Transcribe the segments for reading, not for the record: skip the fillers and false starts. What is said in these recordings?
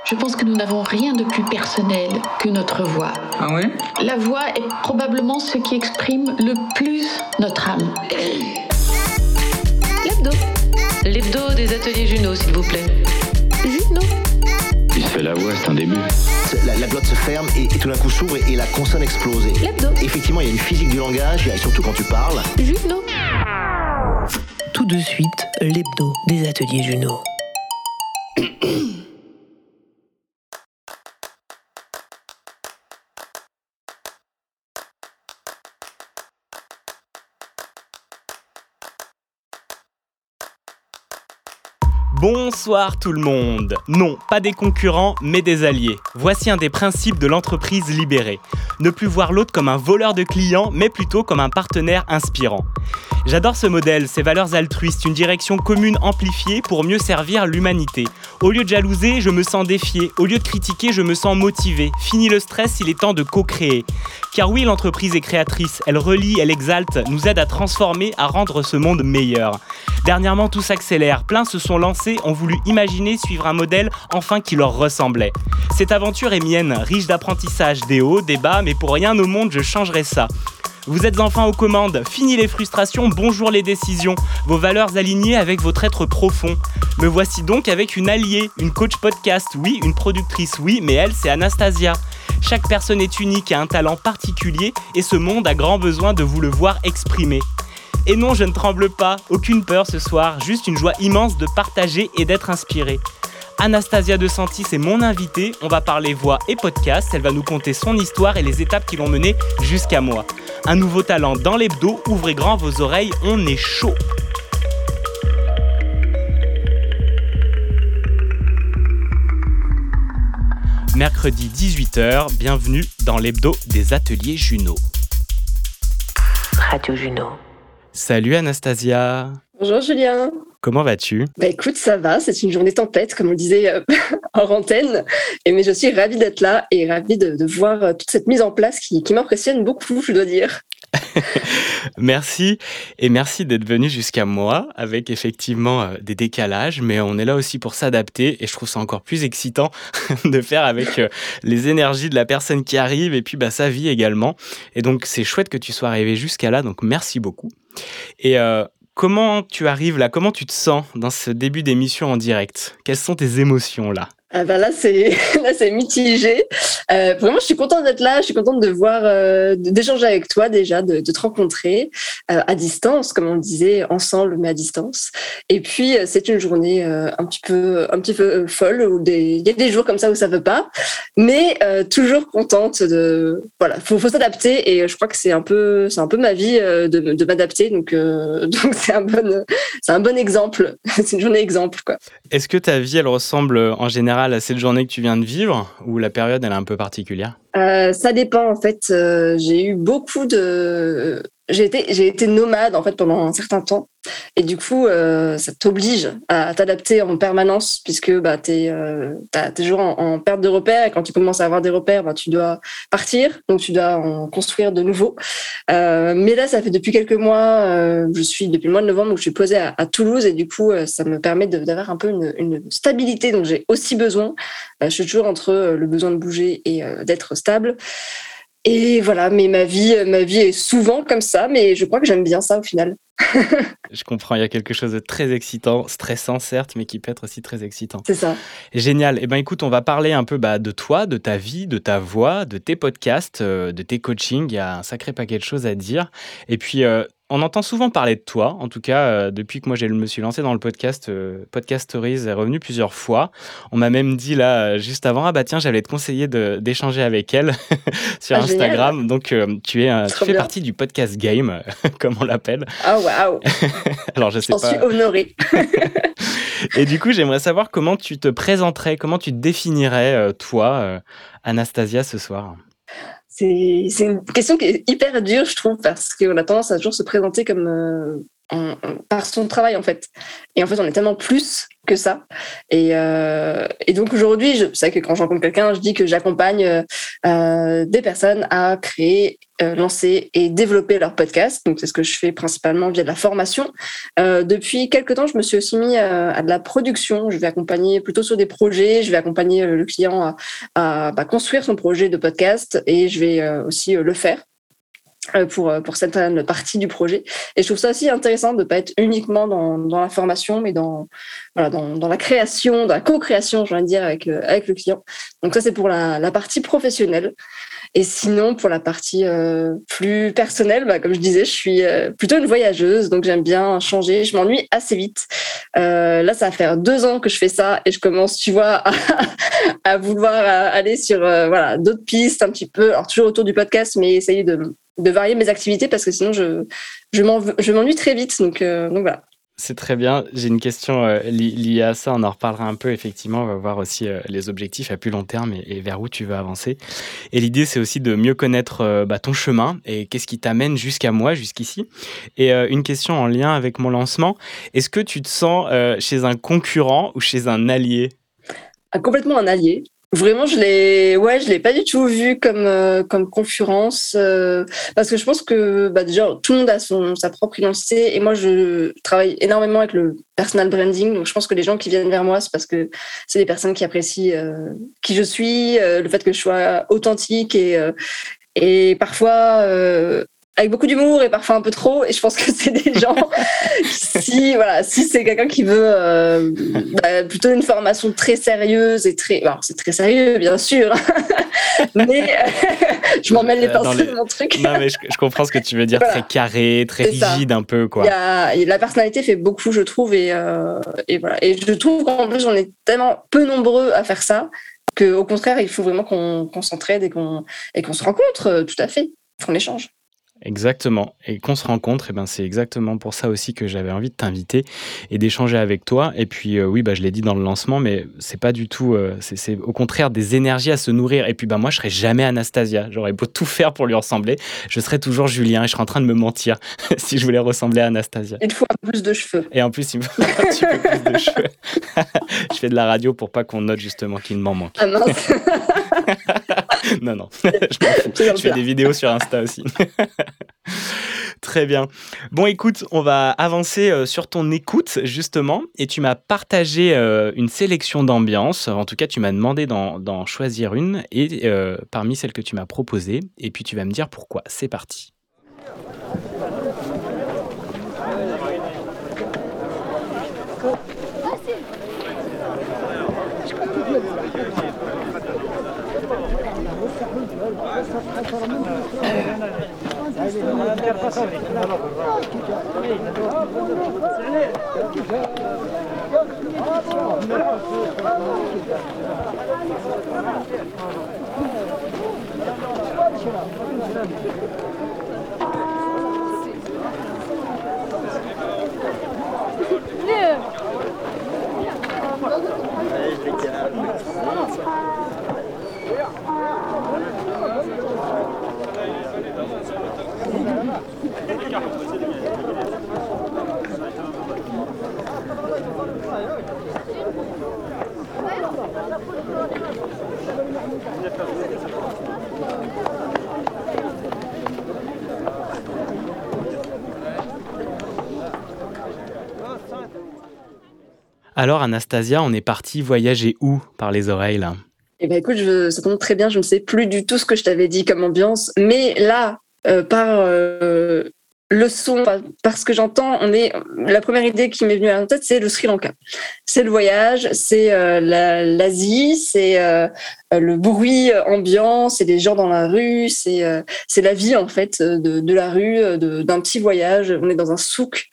Je pense que nous n'avons rien de plus personnel que notre voix. Ah ouais ? La voix est probablement ce qui exprime le plus notre âme. L'hebdo des ateliers Juno, s'il vous plaît. Juno. Il se fait la voix, c'est un début. La glotte se ferme et tout d'un coup s'ouvre et la consonne explose. L'hebdo. Effectivement, il y a une physique du langage, et surtout quand tu parles. Juno. Tout de suite, l'hebdo des ateliers Juno. Bonsoir tout le monde. Non, pas des concurrents, mais des alliés. Voici un des principes de l'entreprise libérée. Ne plus voir l'autre comme un voleur de clients, mais plutôt comme un partenaire inspirant. J'adore ce modèle, ses valeurs altruistes, une direction commune amplifiée pour mieux servir l'humanité. Au lieu de jalouser, je me sens défié. Au lieu de critiquer, je me sens motivé. Fini le stress, il est temps de co-créer. Car oui, l'entreprise est créatrice, elle relie, elle exalte, nous aide à transformer, à rendre ce monde meilleur. Dernièrement, tout s'accélère, plein se sont lancés, ont voulu imaginer suivre un modèle enfin qui leur ressemblait. Cette aventure est mienne, riche d'apprentissage, des hauts, des bas, mais pour rien au monde je changerai ça. Vous êtes enfin aux commandes, fini les frustrations, bonjour les décisions, vos valeurs alignées avec votre être profond. Me voici donc avec une alliée, une coach podcast, oui, une productrice, oui, mais elle c'est Anastasia. Chaque personne est unique et a un talent particulier et ce monde a grand besoin de vous le voir exprimer. Et non, je ne tremble pas, aucune peur ce soir, juste une joie immense de partager et d'être inspiré. Anastasia De Santis est mon invitée, on va parler voix et podcast, elle va nous conter son histoire et les étapes qui l'ont menée jusqu'à moi. Un nouveau talent dans l'hebdo, ouvrez grand vos oreilles, on est chaud. Mercredi 18h, bienvenue dans l'hebdo des ateliers Juno. Radio Juno. Salut Anastasia. Bonjour Julien. Comment vas-tu ? Écoute, ça va, c'est une journée tempête, comme on le disait hors antenne, mais je suis ravie d'être là et ravie de voir toute cette mise en place qui m'impressionne beaucoup, je dois dire. Merci et merci d'être venu jusqu'à moi avec effectivement des décalages, mais on est là aussi pour s'adapter et je trouve ça encore plus excitant de faire avec les énergies de la personne qui arrive et puis sa vie également. Et donc c'est chouette que tu sois arrivé jusqu'à là, donc merci beaucoup. Et comment tu arrives là ? Comment tu te sens dans ce début d'émission en direct ? Quelles sont tes émotions là ? Là c'est mitigé. Vraiment, je suis contente d'être là. Je suis contente de voir, d'échanger avec toi déjà, de te rencontrer à distance, comme on disait, ensemble mais à distance. Et puis c'est une journée un petit peu folle où il y a des jours comme ça où ça veut pas, mais toujours contente de voilà. Faut s'adapter et je crois que c'est un peu ma vie de m'adapter. Donc c'est un bon exemple. C'est une journée exemple quoi. Est-ce que ta vie elle ressemble en général à cette journée que tu viens de vivre ou la période elle est un peu particulière ? Ça dépend en fait. J'ai eu beaucoup de... J'ai été nomade en fait pendant un certain temps et du coup ça t'oblige à t'adapter en permanence puisque t'es toujours en perte de repères et quand tu commences à avoir des repères tu dois partir donc tu dois en construire de nouveaux. Mais là ça fait depuis quelques mois, je suis depuis le mois de novembre où je suis posée à Toulouse et du coup ça me permet d'avoir un peu une stabilité dont j'ai aussi besoin. Je suis toujours entre le besoin de bouger et d'être stable. Et voilà, mais ma vie est souvent comme ça, mais je crois que j'aime bien ça au final. Je comprends, il y a quelque chose de très excitant, stressant certes, mais qui peut être aussi très excitant. C'est ça. Génial. Écoute, on va parler un peu de toi, de ta vie, de ta voix, de tes podcasts, de tes coachings. Il y a un sacré paquet de choses à dire. Et puis, on entend souvent parler de toi. En tout cas, depuis que moi je me suis lancé dans le podcast, Podcast Stories est revenu plusieurs fois. On m'a même dit là, juste avant, tiens, j'allais te conseiller d'échanger avec elle sur Instagram. Génial. Donc, tu fais partie du podcast game, comme on l'appelle. Oh, waouh. Alors, je sais pas. J'en suis honorée. Et du coup, j'aimerais savoir comment tu te présenterais, comment tu te définirais, toi, Anastasia, ce soir. C'est une question qui est hyper dure, je trouve, parce qu'on a tendance à toujours se présenter comme par son travail, en fait. Et en fait, on est tellement plus que ça. Et donc, aujourd'hui, c'est vrai que quand je rencontre quelqu'un, je dis que j'accompagne des personnes à créer, lancer et développer leur podcast. Donc, c'est ce que je fais principalement via de la formation. Depuis quelques temps, je me suis aussi mis à de la production. Je vais accompagner plutôt sur des projets. Je vais accompagner le client à construire son projet de podcast et je vais aussi le faire pour certaines parties du projet. Et je trouve ça aussi intéressant de ne pas être uniquement dans la formation, mais dans la création, dans la co-création, j'ai envie de dire, avec le client. Donc ça, c'est pour la partie professionnelle. Et sinon, pour la partie plus personnelle, comme je disais, je suis plutôt une voyageuse, donc j'aime bien changer. Je m'ennuie assez vite. Là, ça va faire 2 ans que je fais ça et je commence, tu vois, à vouloir aller sur d'autres pistes un petit peu, alors toujours autour du podcast, mais essayer de varier mes activités parce que sinon je m'ennuie très vite. Donc voilà. C'est très bien. J'ai une question liée à ça. On en reparlera un peu, effectivement. On va voir aussi les objectifs à plus long terme et vers où tu veux avancer. Et l'idée, c'est aussi de mieux connaître ton chemin et qu'est-ce qui t'amène jusqu'à moi, jusqu'ici. Et une question en lien avec mon lancement. Est-ce que tu te sens chez un concurrent ou chez un allié ? Complètement un allié. Vraiment, je l'ai pas du tout vu comme concurrence parce que je pense que déjà tout le monde a sa propre identité et moi je travaille énormément avec le personal branding, donc je pense que les gens qui viennent vers moi c'est parce que c'est des personnes qui apprécient qui je suis, le fait que je sois authentique et parfois avec beaucoup d'humour et parfois un peu trop, et je pense que c'est des gens si c'est quelqu'un qui veut plutôt une formation très sérieuse et c'est très sérieux bien sûr mais je m'en mêle les pinceaux de mon truc. Non mais je comprends ce que tu veux dire, très carré, très rigide un peu quoi. La personnalité fait beaucoup je trouve et voilà, et je trouve qu'en plus on est tellement peu nombreux à faire ça qu'au contraire il faut vraiment qu'on s'entraide et qu'on se rencontre, tout à fait, qu'on échange. Exactement, et qu'on se rencontre, et c'est exactement pour ça aussi que j'avais envie de t'inviter et d'échanger avec toi. Et puis oui, je l'ai dit dans le lancement, mais c'est pas du tout, c'est au contraire des énergies à se nourrir. Et puis moi, je serais jamais Anastasia. J'aurais beau tout faire pour lui ressembler, je serais toujours Julien. Et je serais en train de me mentir si je voulais ressembler à Anastasia. Il te faut un peu plus de cheveux. Et en plus, il me faut un petit peu plus de cheveux. Je fais de la radio pour pas qu'on note justement qu'il m'en manque. Ah mince. Non, je fais des vidéos sur Insta aussi. Très bien. Bon, écoute, on va avancer sur ton écoute, justement. Et tu m'as partagé une sélection d'ambiances. En tout cas, tu m'as demandé d'en choisir une et parmi celles que tu m'as proposées. Et puis, tu vas me dire pourquoi. C'est parti. Alors Anastasia, on est parti voyager où par les oreilles là ? Eh ben écoute, ça tombe très bien, je ne sais plus du tout ce que je t'avais dit comme ambiance, mais là, par le son, par ce que j'entends, la première idée qui m'est venue à la tête, c'est le Sri Lanka. C'est le voyage, c'est l'Asie, c'est le bruit ambiant, c'est des gens dans la rue, c'est la vie en fait de la rue, d'un petit voyage. On est dans un souk.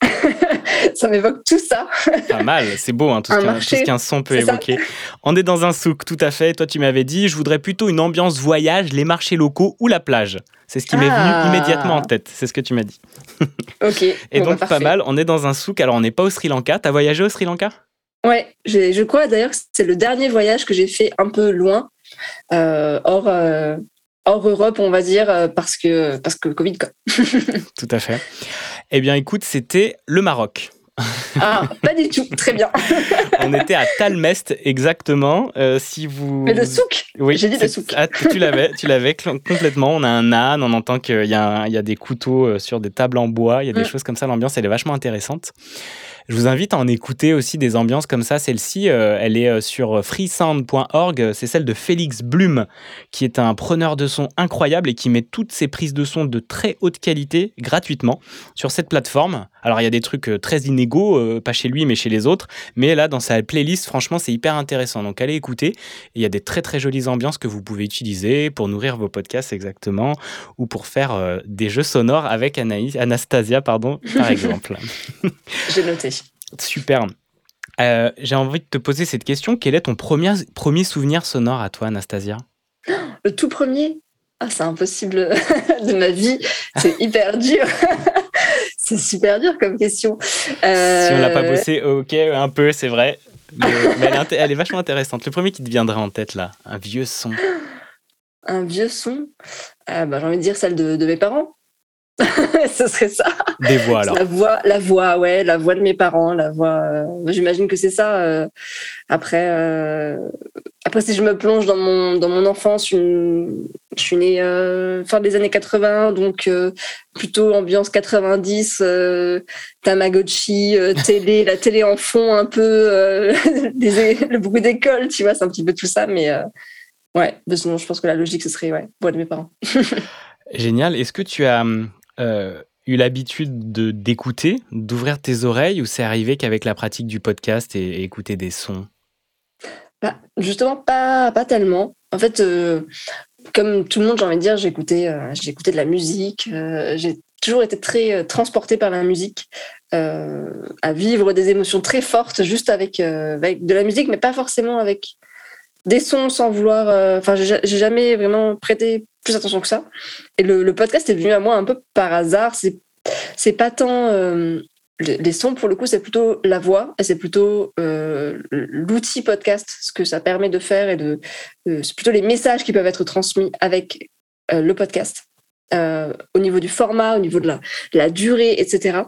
Ça m'évoque tout ça. Pas mal, c'est beau, tout ce qu'un son peut évoquer. On est dans un souk, tout à fait. Toi, tu m'avais dit, je voudrais plutôt une ambiance voyage, les marchés locaux ou la plage. C'est ce qui m'est venu immédiatement en tête. C'est ce que tu m'as dit. Ok. Et donc, pas mal, on est dans un souk. Alors, on n'est pas au Sri Lanka. T'as voyagé au Sri Lanka ? Ouais, je crois d'ailleurs que c'est le dernier voyage que j'ai fait un peu loin, hors Europe, on va dire, parce que Covid, quoi. Tout à fait. Eh bien, écoute, c'était le Maroc. Ah, pas du tout. Très bien. On était à Talmest, exactement. Si vous... Mais le souk. Oui, J'ai dit le souk. Ah, tu l'avais complètement. On a un âne, on entend qu'il y a des couteaux sur des tables en bois, il y a des choses comme ça. L'ambiance, elle est vachement intéressante. Je vous invite à en écouter aussi des ambiances comme ça. Celle-ci, elle est sur freesound.org. C'est celle de Félix Blum, qui est un preneur de son incroyable et qui met toutes ses prises de son de très haute qualité gratuitement sur cette plateforme. Alors, il y a des trucs très inégaux, pas chez lui, mais chez les autres. Mais là, dans sa playlist, franchement, c'est hyper intéressant. Donc, allez écouter. Et il y a des très, très jolies ambiances que vous pouvez utiliser pour nourrir vos podcasts, exactement, ou pour faire des jeux sonores avec Anastasia, par exemple. J'ai noté. Super. J'ai envie de te poser cette question. Quel est ton premier souvenir sonore à toi, Anastasia ? Le tout premier ? Ah, c'est impossible de ma vie. C'est hyper dur. C'est super dur comme question. Si on l'a pas bossé, ok, un peu, c'est vrai. Mais elle est vachement intéressante. Le premier qui te viendrait en tête, là, un vieux son. Un vieux son ? J'ai envie de dire celle de mes parents. Ce serait ça. Des voix, alors. La voix de mes parents, la voix. J'imagine que c'est ça. Après, si je me plonge dans mon enfance, je suis née fin des années 80, donc plutôt ambiance 90, Tamagotchi, télé, la télé en fond un peu, le bruit d'école, tu vois, c'est un petit peu tout ça, mais ouais, sinon je pense que la logique ce serait voix de mes parents. Génial. Est-ce que tu as eu l'habitude d'écouter, d'ouvrir tes oreilles, ou c'est arrivé qu'avec la pratique du podcast et écouter des sons ? Justement, pas tellement. En fait, comme tout le monde, j'ai envie de dire, j'écoutais de la musique. J'ai toujours été très transportée par la musique, à vivre des émotions très fortes juste avec de la musique, mais pas forcément avec des sons sans vouloir. J'ai jamais vraiment prêté plus attention que ça. Et le podcast est venu à moi un peu par hasard. C'est pas tant les sons, pour le coup, c'est plutôt la voix, et c'est plutôt l'outil podcast, ce que ça permet de faire, et c'est plutôt les messages qui peuvent être transmis avec le podcast, au niveau du format, au niveau de la durée, etc.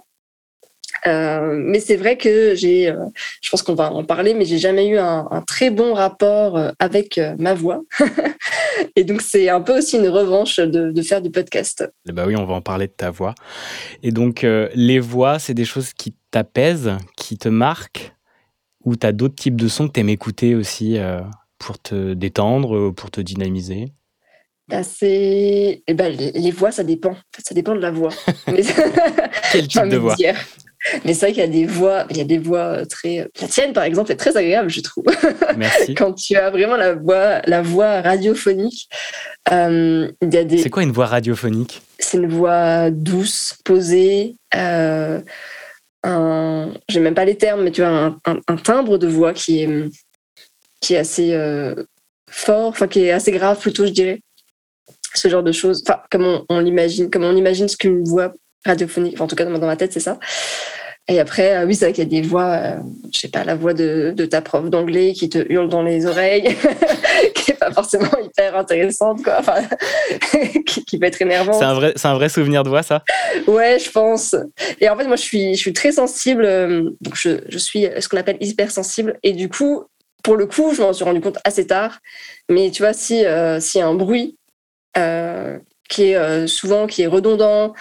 Mais c'est vrai que je pense qu'on va en parler, mais j'ai jamais eu un très bon rapport avec ma voix. Et donc, c'est un peu aussi une revanche de faire du podcast. Bah oui, on va en parler de ta voix. Et donc, les voix, c'est des choses qui t'apaisent, qui te marquent, ou tu as d'autres types de sons que tu aimes écouter aussi pour te détendre, pour te dynamiser ? Les voix, ça dépend. En fait, ça dépend de la voix. Quel type de voix ? Mais c'est vrai qu'il y a des voix très. La tienne, par exemple, est très agréable, je trouve. Merci. Quand tu as vraiment la voix radiophonique, il y a des. C'est quoi une voix radiophonique ? C'est une voix douce, posée. J'ai même pas les termes, mais tu as un timbre de voix qui est assez fort, enfin qui est assez grave plutôt, je dirais. Ce genre de choses. Enfin, comme on imagine ce qu'une voix radiophonique, enfin, en tout cas dans ma tête, c'est ça. Et après, oui, c'est vrai qu'il y a des voix, je sais pas, la voix de ta prof d'anglais qui te hurle dans les oreilles, qui est pas forcément hyper intéressante, quoi. Enfin, qui peut être énervante. C'est un vrai souvenir de voix, ça ? Ouais, je pense. Et en fait, moi, je suis très sensible. Donc, je suis ce qu'on appelle hypersensible. Et du coup, pour le coup, je m'en suis rendu compte assez tard. Mais tu vois, s'il y a un bruit qui est redondant,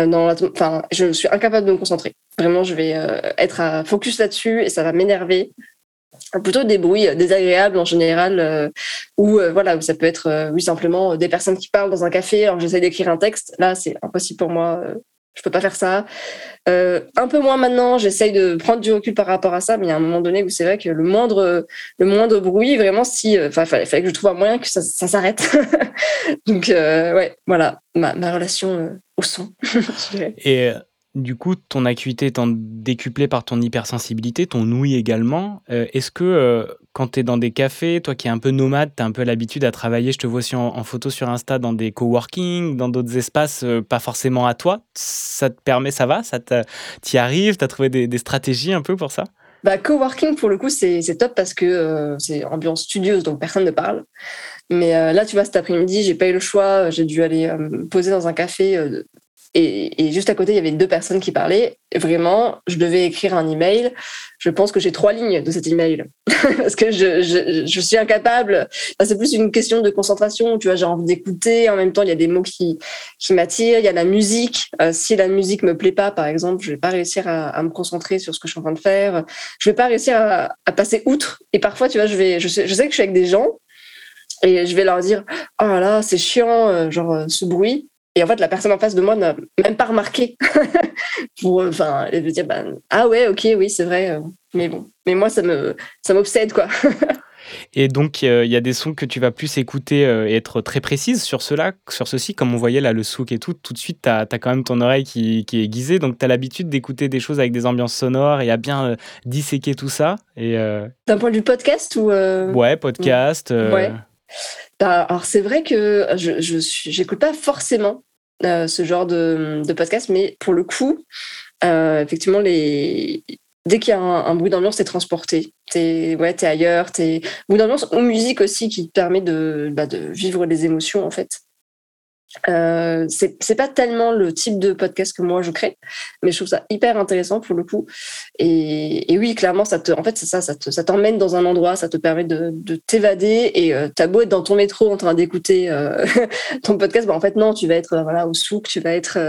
je suis incapable de me concentrer. Vraiment, je vais être à focus là-dessus et ça va m'énerver. Plutôt des bruits désagréables en général, où ça peut être simplement des personnes qui parlent dans un café alors que j'essaie d'écrire un texte. Là, c'est impossible pour moi. Je peux pas faire ça. Un peu moins maintenant, j'essaye de prendre du recul par rapport à ça, mais il y a un moment donné où c'est vrai que le moindre bruit, vraiment, fallait que je trouve un moyen que ça s'arrête. Donc, voilà, ma relation au son, je dirais. Et du coup, ton acuité étant décuplée par ton hypersensibilité, ton ouïe également, est-ce que quand tu es dans des cafés, toi qui es un peu nomade, tu as un peu l'habitude à travailler, je te vois aussi en photo sur Insta, dans des coworking, dans d'autres espaces, pas forcément à toi, ça te permet, ça va, t'y arrives, tu as trouvé des stratégies un peu pour ça ? Coworking, pour le coup, c'est top parce que c'est ambiance studieuse, donc personne ne parle. Mais là, tu vois, cet après-midi, j'ai pas eu le choix, j'ai dû aller me poser dans un café Et juste à côté, il y avait 2 personnes qui parlaient. Et vraiment, je devais écrire un email. Je pense que j'ai 3 lignes de cet email. Parce que je suis incapable. Enfin, c'est plus une question de concentration. Tu vois, j'ai envie d'écouter. En même temps, il y a des mots qui m'attirent. Il y a la musique. Si la musique me plaît pas, par exemple, je vais pas réussir à me concentrer sur ce que je suis en train de faire. Je vais pas réussir à passer outre. Et parfois, tu vois, je sais que je suis avec des gens et je vais leur dire « Oh là là, c'est chiant, ce bruit ». Et en fait, la personne en face de moi n'a même pas remarqué. Elle veut dire, ah ouais, ok, oui, c'est vrai. Mais bon, mais moi, ça m'obsède, quoi. Et donc, il y a des sons que tu vas plus écouter et être très précise sur ceci, comme on voyait là, le souk et tout de suite, tu as quand même ton oreille qui est aiguisée, donc tu as l'habitude d'écouter des choses avec des ambiances sonores et à bien disséquer tout ça. D'un point de vue podcast ou Ouais, podcast. Ouais. Alors, c'est vrai que j'écoute pas forcément ce genre de podcast, mais pour le coup, effectivement, dès qu'il y a un bruit d'ambiance, t'es transporté. T'es ailleurs. Bruit d'ambiance ou musique aussi qui te permet de vivre les émotions, en fait. C'est pas tellement le type de podcast que moi je crée, mais je trouve ça hyper intéressant pour le coup. Et oui, clairement, ça t'emmène dans un endroit, ça te permet de t'évader. Et t'as beau être dans ton métro en train d'écouter ton podcast, en fait non, tu vas être au souk, tu vas être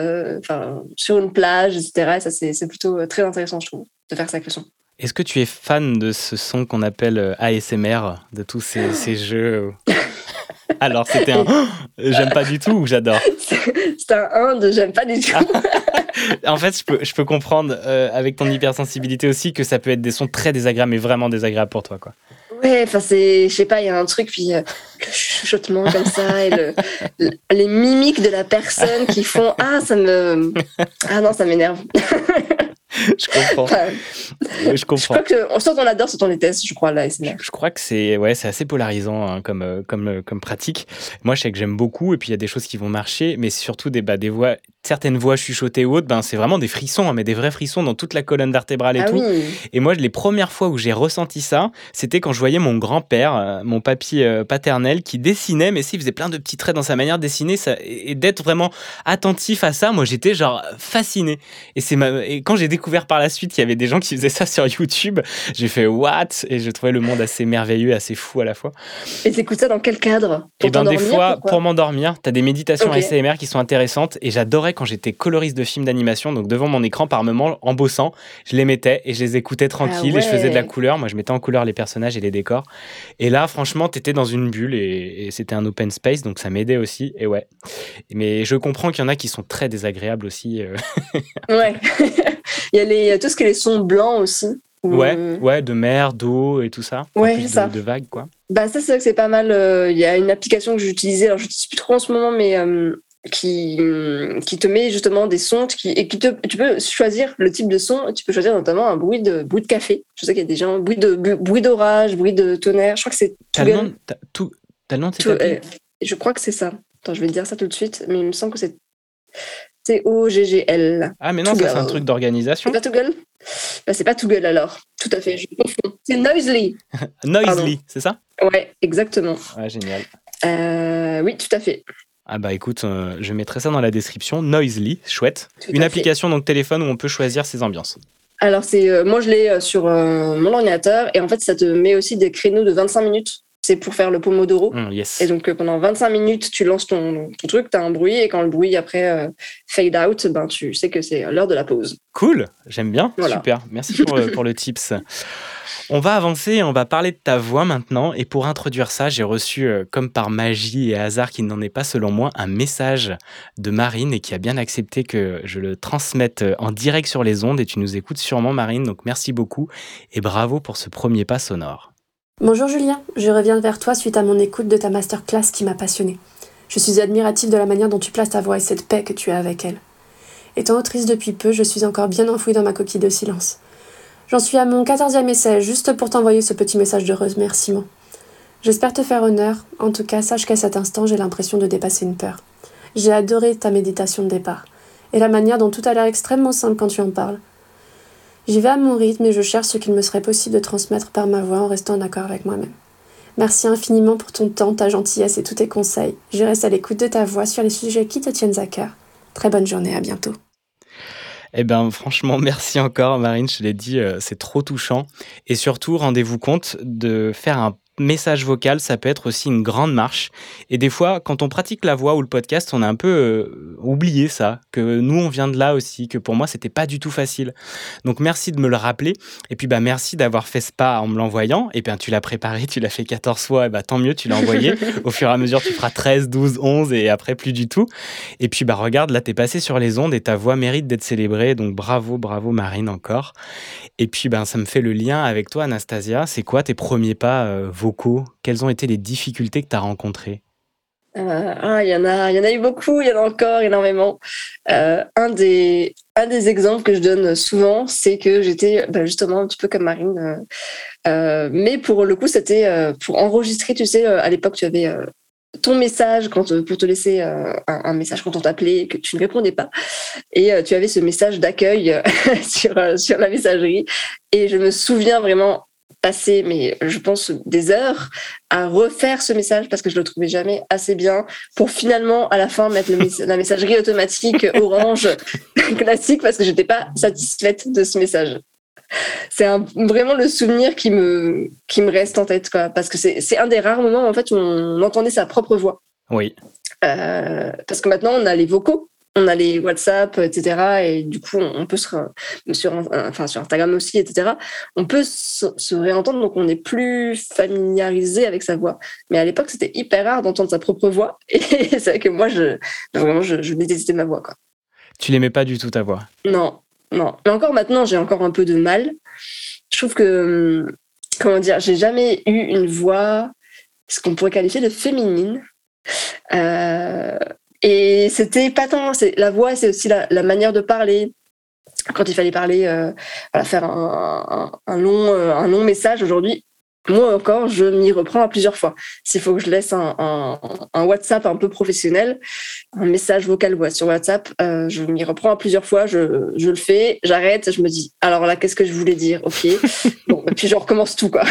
sur une plage, etc. Et ça c'est plutôt très intéressant, je trouve, de faire ça avec le son. Est-ce que tu es fan de ce son qu'on appelle ASMR, de tous ces jeux Alors, c'était un j'aime pas du tout ou j'adore? C'est un de j'aime pas du tout. En fait, je peux comprendre avec ton hypersensibilité aussi que ça peut être des sons très désagréables, mais vraiment désagréables pour toi, quoi. Ouais, je sais pas, il y a un truc, puis le chuchotement comme ça, et les mimiques de la personne qui font ça m'énerve. Je comprends. Je comprends. Je crois que soit on adore, soit on déteste, je crois, l'ASMR. Je crois que c'est assez polarisant hein, comme pratique. Moi, je sais que j'aime beaucoup, et puis il y a des choses qui vont marcher, mais surtout des voix, certaines voix chuchotées ou autres, c'est vraiment des frissons, hein, mais des vrais frissons dans toute la colonne vertébrale et tout. Oui. Et moi, les premières fois où j'ai ressenti ça, c'était quand je voyais mon grand-père, mon papy paternel, qui dessinait, mais il faisait plein de petits traits dans sa manière de dessiner, et d'être vraiment attentif à ça. Moi, j'étais genre fasciné. Et quand j'ai découvert par la suite qu'il y avait des gens qui faisaient ça sur YouTube, j'ai fait what? Et je trouvais le monde assez merveilleux, assez fou à la fois. Et t'écoutes ça dans quel cadre? Et des fois, pour m'endormir, t'as des méditations ASMR qui sont intéressantes, et j'adorais quand j'étais coloriste de films d'animation, donc devant mon écran par moment, en bossant, je les mettais et je les écoutais tranquille et je faisais de la couleur. Moi, je mettais en couleur les personnages et les décors. Et là, franchement, t'étais dans une bulle et c'était un open space, donc ça m'aidait aussi. Et ouais. Mais je comprends qu'il y en a qui sont très désagréables aussi. Ouais. Il y a tout ce qui est les sons blancs aussi. Ouais, de mer, d'eau et tout ça. Ouais, en plus ça. De vagues, quoi. Ça, c'est vrai que c'est pas mal. Il y a une application que j'utilisais, alors je n'utilise plus trop en ce moment, mais qui te met justement des sons et tu peux choisir le type de son. Tu peux choisir notamment un bruit de café. Je sais qu'il y a des gens, bruit d'orage, bruit de tonnerre. Je crois que c'est T'as le nom de cette appli? Je crois que c'est ça. Attends, je vais te dire ça tout de suite, mais il me semble que c'est TOGGL. Ah, mais non, ça, c'est un truc d'organisation. C'est pas Toggle? C'est pas Toggle alors. Tout à fait, je confonds. C'est Noisely. Noisely, c'est ça? Ouais, exactement. Ouais, génial. Oui, tout à fait. Ah écoute, je mettrai ça dans la description. Noisely, chouette. Une application donc téléphone où on peut choisir ses ambiances. Alors, moi je l'ai sur mon ordinateur et en fait ça te met aussi des créneaux de 25 minutes. C'est pour faire le Pomodoro. Yes. Et donc pendant 25 minutes, tu lances ton truc, tu as un bruit et quand le bruit après fade out, tu sais que c'est l'heure de la pause. Cool, j'aime bien. Voilà. Super, merci pour le tips. On va avancer et on va parler de ta voix maintenant. Et pour introduire ça, j'ai reçu, comme par magie et hasard qui n'en est pas selon moi, un message de Marine et qui a bien accepté que je le transmette en direct sur les ondes. Et tu nous écoutes sûrement, Marine. Donc merci beaucoup et bravo pour ce premier pas sonore. Bonjour Julien, je reviens vers toi suite à mon écoute de ta masterclass qui m'a passionnée. Je suis admirative de la manière dont tu places ta voix et cette paix que tu as avec elle. Étant autrice depuis peu, je suis encore bien enfouie dans ma coquille de silence. J'en suis à mon 14e essai, juste pour t'envoyer ce petit message de remerciement. J'espère te faire honneur, en tout cas sache qu'à cet instant j'ai l'impression de dépasser une peur. J'ai adoré ta méditation de départ, et la manière dont tout a l'air extrêmement simple quand tu en parles. J'y vais à mon rythme et je cherche ce qu'il me serait possible de transmettre par ma voix en restant en accord avec moi-même. Merci infiniment pour ton temps, ta gentillesse et tous tes conseils. Je reste à l'écoute de ta voix sur les sujets qui te tiennent à cœur. Très bonne journée, à bientôt. Eh bien, franchement, merci encore, Marine. Je te l'ai dit, c'est trop touchant. Et surtout, rendez-vous compte de faire un message vocal, ça peut être aussi une grande marche. Et des fois, quand on pratique la voix ou le podcast, on a un peu oublié ça, que nous, on vient de là aussi, que pour moi, c'était pas du tout facile. Donc, merci de me le rappeler. Et puis, merci d'avoir fait ce pas en me l'envoyant. Et bien, tu l'as préparé, tu l'as fait 14 fois. Et tant mieux, tu l'as envoyé. Au fur et à mesure, tu feras 13, 12, 11 et après, plus du tout. Et puis, regarde, là, t'es passé sur les ondes et ta voix mérite d'être célébrée. Donc, bravo, Marine, encore. Et puis, ça me fait le lien avec toi, Anastasia. C'est quoi tes premiers pas vocaux? Quelles ont été les difficultés que tu as rencontrées? Il y en a eu beaucoup, il y en a encore énormément. Un des exemples que je donne souvent, c'est que j'étais justement un petit peu comme Marine, mais pour le coup, c'était pour enregistrer, tu sais, à l'époque, tu avais ton message pour te laisser un message quand on t'appelait et que tu ne répondais pas. Et tu avais ce message d'accueil sur la messagerie. Et je me souviens vraiment passer, mais je pense des heures à refaire ce message parce que je le trouvais jamais assez bien pour finalement à la fin mettre la messagerie automatique orange classique parce que j'étais pas satisfaite de ce message. C'est vraiment le souvenir qui me reste en tête, quoi, parce que c'est un des rares moments où en fait on entendait sa propre voix. Oui. Parce que maintenant on a les vocaux. On a les WhatsApp, etc. Et du coup, on peut sur Instagram aussi, etc. On peut se réentendre, donc on est plus familiarisé avec sa voix. Mais à l'époque, c'était hyper rare d'entendre sa propre voix. Et c'est vrai que moi, je détestais ma voix, quoi. Tu l'aimais pas du tout, ta voix? Non. Mais encore maintenant, j'ai encore un peu de mal. Je trouve que, j'ai jamais eu une voix, ce qu'on pourrait qualifier de féminine. Et c'était pas tant, la voix, c'est aussi la manière de parler. Quand il fallait parler, faire un long message aujourd'hui, moi encore, je m'y reprends à plusieurs fois. S'il faut que je laisse un WhatsApp un peu professionnel, un message vocal sur WhatsApp, je m'y reprends à plusieurs fois, je le fais, j'arrête, je me dis, alors là, qu'est-ce que je voulais dire? Ok. Bon, et puis je recommence tout, quoi.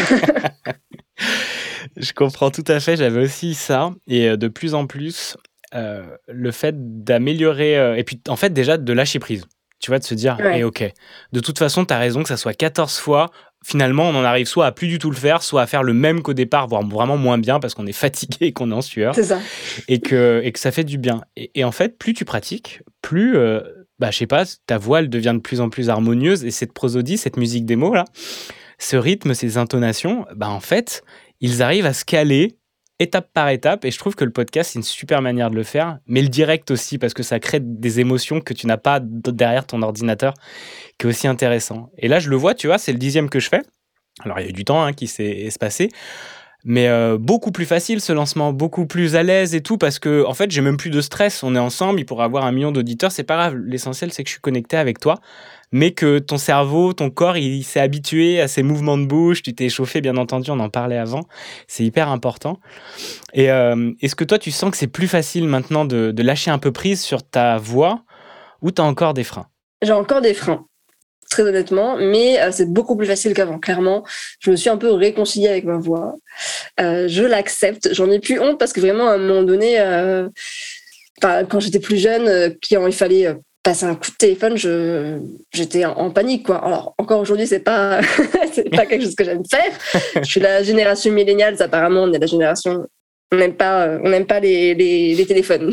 Je comprends tout à fait, j'avais aussi ça. Et de plus en plus, le fait d'améliorer et puis en fait déjà de lâcher prise, tu vois, de se dire ok, de toute façon t'as raison, que ça soit 14 fois, finalement on en arrive soit à plus du tout le faire, soit à faire le même qu'au départ, voire vraiment moins bien parce qu'on est fatigué et qu'on est en sueur. C'est ça. Et que ça fait du bien. Et en fait, plus tu pratiques, plus je sais pas, ta voix elle devient de plus en plus harmonieuse. Et cette prosodie, cette musique des mots là, ce rythme, ces intonations, en fait ils arrivent à se caler étape par étape, et je trouve que le podcast, c'est une super manière de le faire, mais le direct aussi, parce que ça crée des émotions que tu n'as pas derrière ton ordinateur, qui est aussi intéressant. Et là, je le vois, tu vois, c'est le 10e que je fais. Alors, il y a eu du temps qui s'est espacé, mais beaucoup plus facile ce lancement, beaucoup plus à l'aise et tout, parce que en fait, j'ai même plus de stress. On est ensemble, il pourra avoir 1 million d'auditeurs, c'est pas grave. L'essentiel, c'est que je suis connecté avec toi, mais que ton cerveau, ton corps, il s'est habitué à ces mouvements de bouche, tu t'es échauffé, bien entendu, on en parlait avant, c'est hyper important. Et est-ce que toi, tu sens que c'est plus facile maintenant de lâcher un peu prise sur ta voix, ou t'as encore des freins? J'ai encore des freins, très honnêtement, mais c'est beaucoup plus facile qu'avant, clairement. Je me suis un peu réconciliée avec ma voix. Je l'accepte, j'en ai plus honte, parce que vraiment, à un moment donné, quand j'étais plus jeune, il fallait passer un coup de téléphone, j'étais en panique, quoi. Alors encore aujourd'hui, c'est pas quelque chose que j'aime faire. Je suis la génération milléniale, apparemment on est la génération, on n'aime pas les téléphones.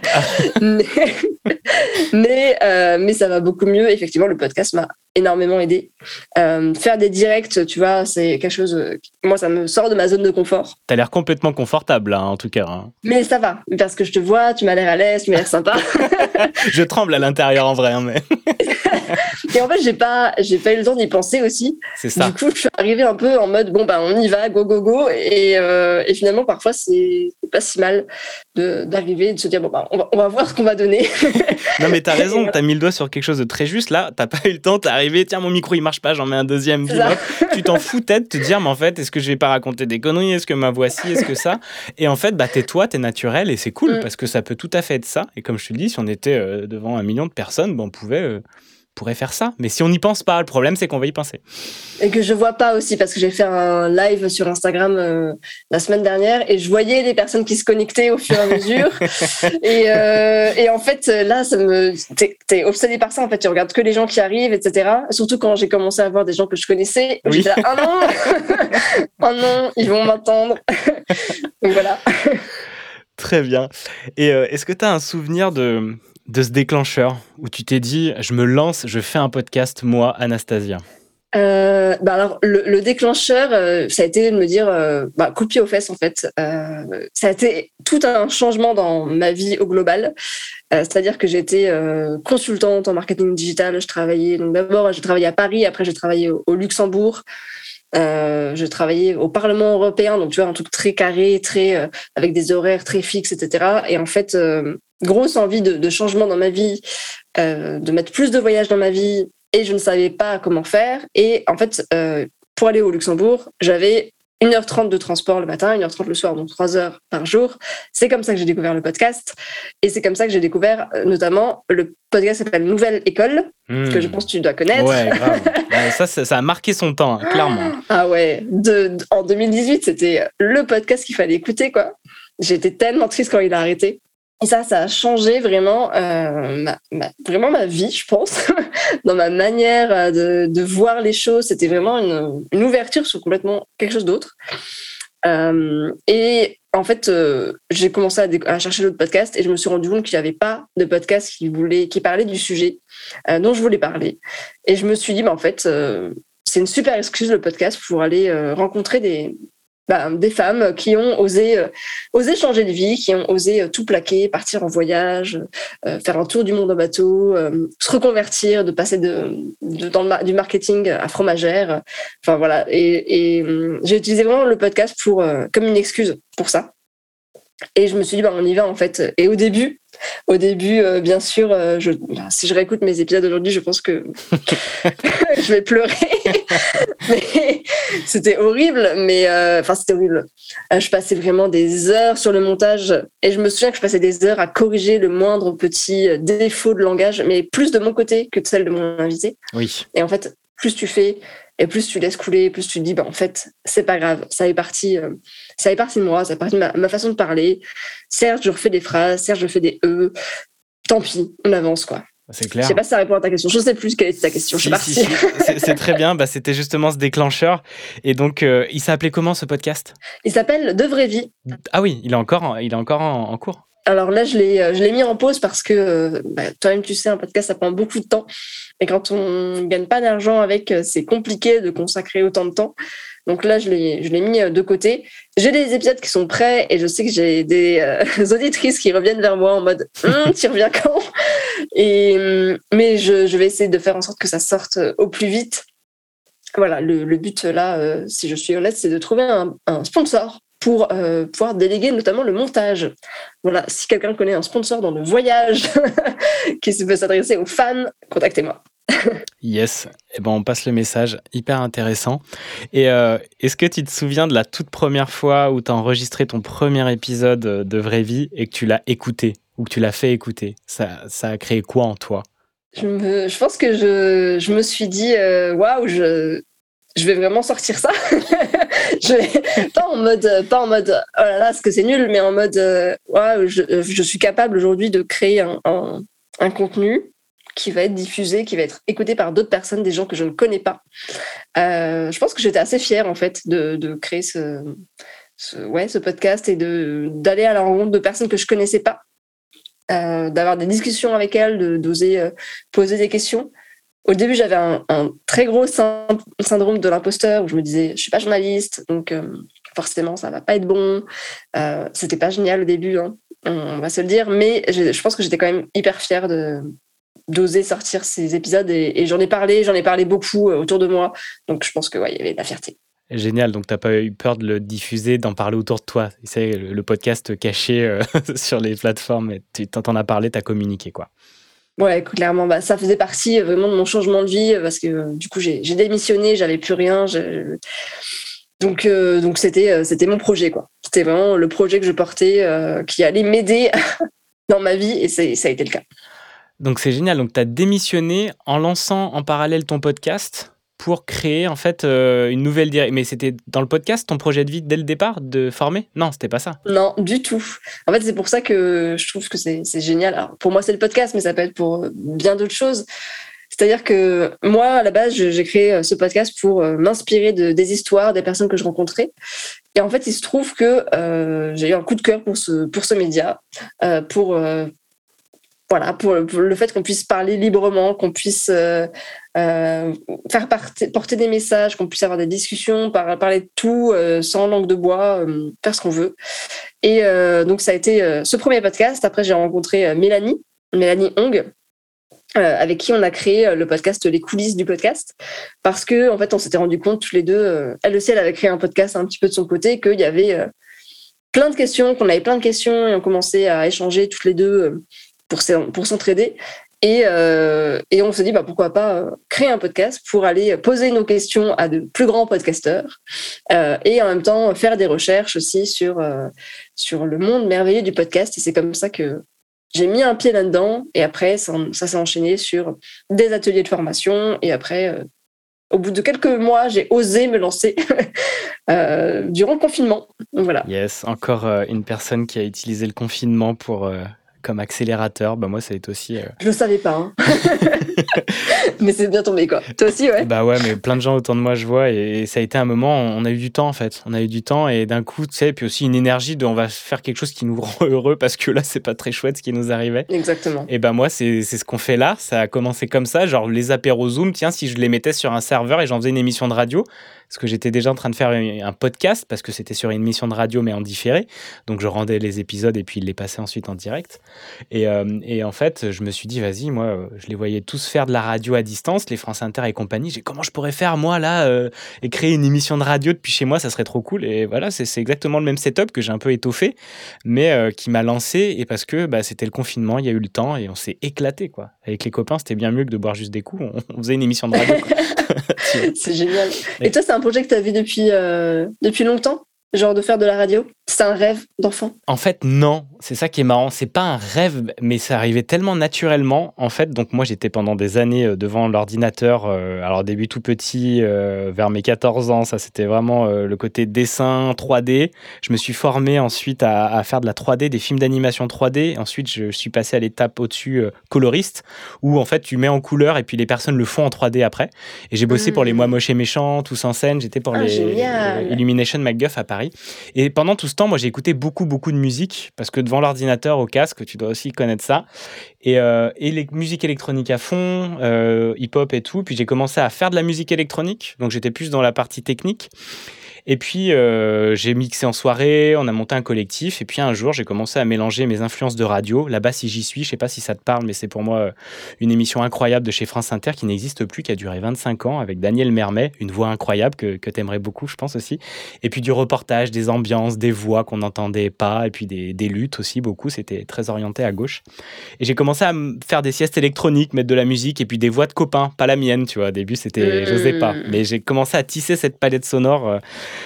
mais ça va beaucoup mieux. Effectivement, le podcast m'a énormément aidé. Faire des directs, tu vois, c'est quelque chose. Moi, ça me sort de ma zone de confort. T'as l'air complètement confortable, là, en tout cas. Hein. Mais ça va, parce que je te vois, tu m'as l'air à l'aise, tu m'as l'air sympa. Je tremble à l'intérieur en vrai, mais. Et en fait, j'ai pas eu le temps d'y penser aussi. C'est ça. Du coup, je suis arrivée un peu en mode on y va, go, go, go. Et finalement, parfois, c'est pas si mal d'arriver et de se dire on va voir ce qu'on va donner. Non, mais t'as raison, t'as mis le doigt sur quelque chose de très juste. Là, t'as pas eu le temps, t'es arrivé, tiens, mon micro il marche pas, j'en mets un deuxième. Tu t'en foutais de te dire, mais en fait, est-ce que je vais pas raconter des conneries? Est-ce que ma voix ci? Est-ce que ça? Et en fait, t'es toi, t'es naturel et c'est cool parce que ça peut tout à fait être ça. Et comme je te le dis, si on était devant 1 million de personnes, on pouvait pourrais faire ça. Mais si on n'y pense pas, le problème, c'est qu'on va y penser. Et que je vois pas aussi, parce que j'ai fait un live sur Instagram la semaine dernière et je voyais les personnes qui se connectaient au fur et à mesure. et en fait, là, t'es obsédé par ça. En fait, tu regardes que les gens qui arrivent, etc. Surtout quand j'ai commencé à voir des gens que je connaissais. Oui. J'étais là, oh non, oh non, ils vont m'entendre. Donc voilà. Très bien. Et est-ce que tu as un souvenir de ce déclencheur où tu t'es dit, je me lance, je fais un podcast, moi, Anastasia? Alors le déclencheur, ça a été de me dire coup de pied aux fesses en fait. Ça a été tout un changement dans ma vie au global. C'est-à-dire que j'étais consultante en marketing digital. Je travaillais donc d'abord j'ai travaillé à Paris, après j'ai travaillé au Luxembourg. Je travaillais au Parlement européen, donc tu vois un truc très carré, très avec des horaires très fixes, etc. Et en fait, grosse envie de changement dans ma vie, de mettre plus de voyages dans ma vie. Et je ne savais pas comment faire. Et en fait, pour aller au Luxembourg, j'avais 1h30 de transport le matin, 1h30 le soir, donc 3 heures par jour. C'est comme ça que j'ai découvert le podcast. Et c'est comme ça que j'ai découvert notamment le podcast qui s'appelle Nouvelle École, que je pense que tu dois connaître. Ouais, grave. Ça a marqué son temps, hein, clairement. Ah ouais, en 2018, c'était le podcast qu'il fallait écouter, quoi. J'étais tellement triste quand il a arrêté. Et ça a changé vraiment vraiment ma vie, je pense, dans ma manière de voir les choses. C'était vraiment une ouverture sur complètement quelque chose d'autre. Et en fait, j'ai commencé à chercher d'autres podcasts et je me suis rendu compte qu'il n'y avait pas de podcast qui parlait du sujet dont je voulais parler. Et je me suis dit, en fait, c'est une super excuse, le podcast, pour aller rencontrer des femmes qui ont osé changer de vie, qui ont osé tout plaquer, partir en voyage, faire un tour du monde en bateau, se reconvertir, de passer du marketing à fromagère. Enfin voilà. Et j'ai utilisé vraiment le podcast comme une excuse pour ça. Et je me suis dit, on y va en fait. Et au début, bien sûr, si je réécoute mes épisodes aujourd'hui, je pense que je vais pleurer. Mais c'était horrible. C'était horrible. Je passais vraiment des heures sur le montage. Et je me souviens que je passais des heures à corriger le moindre petit défaut de langage, mais plus de mon côté que de celle de mon invité. Oui. Et en fait, plus tu fais et plus tu laisses couler, plus tu te dis, en fait, c'est pas grave. Ça fait partie de moi, ça fait partie de ma façon de parler. Certes, je refais des phrases, certes, je fais des E. Tant pis, on avance, quoi. C'est clair. Je sais pas si ça répond à ta question. Je sais plus quelle était ta question. Je suis partie. C'est très bien. C'était justement ce déclencheur. Et donc, il s'appelait comment ce podcast ? Il s'appelle De Vraie Vie. Ah oui, il est encore en cours. Alors là, je l'ai mis en pause parce que toi-même, tu sais, un podcast, ça prend beaucoup de temps. Et quand on gagne pas d'argent avec, c'est compliqué de consacrer autant de temps. Donc là, je l'ai mis de côté. J'ai des épisodes qui sont prêts et je sais que j'ai des auditrices qui reviennent vers moi en mode « Tu reviens quand ?» Mais je vais essayer de faire en sorte que ça sorte au plus vite. Voilà, le but là, si je suis honnête, c'est de trouver un sponsor pour pouvoir déléguer notamment le montage. Voilà, si quelqu'un connaît un sponsor dans le voyage qui peut s'adresser aux fans, contactez-moi. Yes, on passe le message, hyper intéressant. Et est-ce que tu te souviens de la toute première fois où tu as enregistré ton premier épisode de Vraie Vie et que tu l'as écouté ou que tu l'as fait écouter ? Ça a créé quoi en toi ? Je pense que je me suis dit waouh, je vais vraiment sortir ça. Pas en mode oh là là, ce que c'est nul, mais en mode waouh, je suis capable aujourd'hui de créer un contenu qui va être diffusé, qui va être écouté par d'autres personnes, des gens que je ne connais pas. Je pense que j'étais assez fière en fait de créer ce podcast et d'aller à la rencontre de personnes que je connaissais pas, d'avoir des discussions avec elles, d'oser poser des questions. Au début, j'avais un très gros syndrome de l'imposteur où je me disais, je suis pas journaliste, donc forcément, ça va pas être bon. C'était pas génial au début, hein, on va se le dire, mais je pense que j'étais quand même hyper fière d'oser sortir ces épisodes et j'en ai parlé beaucoup autour de moi, donc je pense que il y avait de la fierté. Génial, donc tu n'as pas eu peur de le diffuser, d'en parler autour de toi. C'est le podcast caché sur les plateformes, tu t'en as parlé, tu as communiqué, quoi. Ouais, clairement, ça faisait partie vraiment de mon changement de vie parce que du coup, j'ai démissionné, j'avais plus rien. Donc c'était mon projet, quoi. C'était vraiment le projet que je portais qui allait m'aider dans ma vie et ça a été le cas. Donc c'est génial. Donc tu as démissionné en lançant en parallèle ton podcast pour créer en fait une nouvelle direction. Mais c'était dans le podcast ton projet de vie dès le départ de former ? Non, c'était pas ça. Non, du tout. En fait, c'est pour ça que je trouve que c'est génial. Alors, pour moi, c'est le podcast, mais ça peut être pour bien d'autres choses. C'est-à-dire que moi, à la base, j'ai créé ce podcast pour m'inspirer des histoires des personnes que je rencontrais. Et en fait, il se trouve que j'ai eu un coup de cœur pour ce média, pour le fait qu'on puisse parler librement, qu'on puisse porter des messages, qu'on puisse avoir des discussions, parler de tout, sans langue de bois, faire ce qu'on veut. Et donc, ça a été ce premier podcast. Après, j'ai rencontré Mélanie Hong, avec qui on a créé le podcast Les coulisses du podcast, parce que en fait on s'était rendu compte tous les deux, elle aussi elle avait créé un podcast un petit peu de son côté, qu'il y avait plein de questions, qu'on avait plein de questions et on commençait à échanger toutes les deux pour s'entraider et on s'est dit pourquoi pas créer un podcast pour aller poser nos questions à de plus grands podcasteurs et en même temps faire des recherches aussi sur le monde merveilleux du podcast. Et c'est comme ça que j'ai mis un pied là-dedans et après, ça s'est enchaîné sur des ateliers de formation. Et après, au bout de quelques mois, j'ai osé me lancer durant le confinement. Donc, voilà. Yes, encore une personne qui a utilisé le confinement comme accélérateur. Moi, ça a été aussi... Je le savais pas. Hein. Mais c'est bien tombé, quoi. Toi aussi, ouais. Ouais, mais plein de gens autour de moi, je vois. Et ça a été un moment, on a eu du temps, en fait. On a eu du temps et d'un coup, tu sais, puis aussi une énergie on va faire quelque chose qui nous rend heureux parce que là, c'est pas très chouette ce qui nous arrivait. Exactement. Et moi, c'est ce qu'on fait là. Ça a commencé comme ça, genre les apéros Zoom. Tiens, si je les mettais sur un serveur et j'en faisais une émission de radio, parce que j'étais déjà en train de faire un podcast, parce que c'était sur une émission de radio, mais en différé. Donc, je rendais les épisodes et puis ils les passaient ensuite en direct. Et en fait, je me suis dit, vas-y, moi, je les voyais tous faire de la radio à distance, les France Inter et compagnie. Comment je pourrais faire, moi, là, et créer une émission de radio depuis chez moi, ça serait trop cool. Et voilà, c'est exactement le même setup que j'ai un peu étoffé, mais qui m'a lancé. Et parce que c'était le confinement, il y a eu le temps et on s'est éclaté, quoi. Avec les copains, c'était bien mieux que de boire juste des coups. On faisait une émission de radio, quoi. C'est génial. Et toi, c'est un projet que tu as vu depuis longtemps, genre de faire de la radio ? C'est un rêve d'enfant ? En fait, non. C'est ça qui est marrant. C'est pas un rêve, mais ça arrivait tellement naturellement. En fait, donc moi, j'étais pendant des années devant l'ordinateur. Alors, début tout petit, vers mes 14 ans, ça, c'était vraiment le côté dessin 3D. Je me suis formé ensuite à faire de la 3D, des films d'animation 3D. Ensuite, je suis passé à l'étape au-dessus coloriste, où en fait, tu mets en couleur et puis les personnes le font en 3D après. Et j'ai bossé pour les Moi Moche et Méchant, Tous en scène. J'étais pour les Illumination MacGuff à Paris. Et pendant tout ce temps, moi, j'ai écouté beaucoup de musique, parce que devant l'ordinateur, au casque, tu dois aussi connaître ça. Et les musiques électroniques à fond, hip-hop et tout. Puis j'ai commencé à faire de la musique électronique, donc j'étais plus dans la partie technique. Et puis, j'ai mixé en soirée, on a monté un collectif. Et puis, un jour, j'ai commencé à mélanger mes influences de radio. Là-bas, si j'y suis, je ne sais pas si ça te parle, mais c'est pour moi une émission incroyable de chez France Inter qui n'existe plus, qui a duré 25 ans, avec Daniel Mermet, une voix incroyable que tu aimerais beaucoup, je pense aussi. Et puis, du reportage, des ambiances, des voix qu'on n'entendait pas, et puis des luttes aussi, beaucoup. C'était très orienté à gauche. Et j'ai commencé à faire des siestes électroniques, mettre de la musique, et puis des voix de copains, pas la mienne, tu vois. Au début, j'osais pas. Mais j'ai commencé à tisser cette palette sonore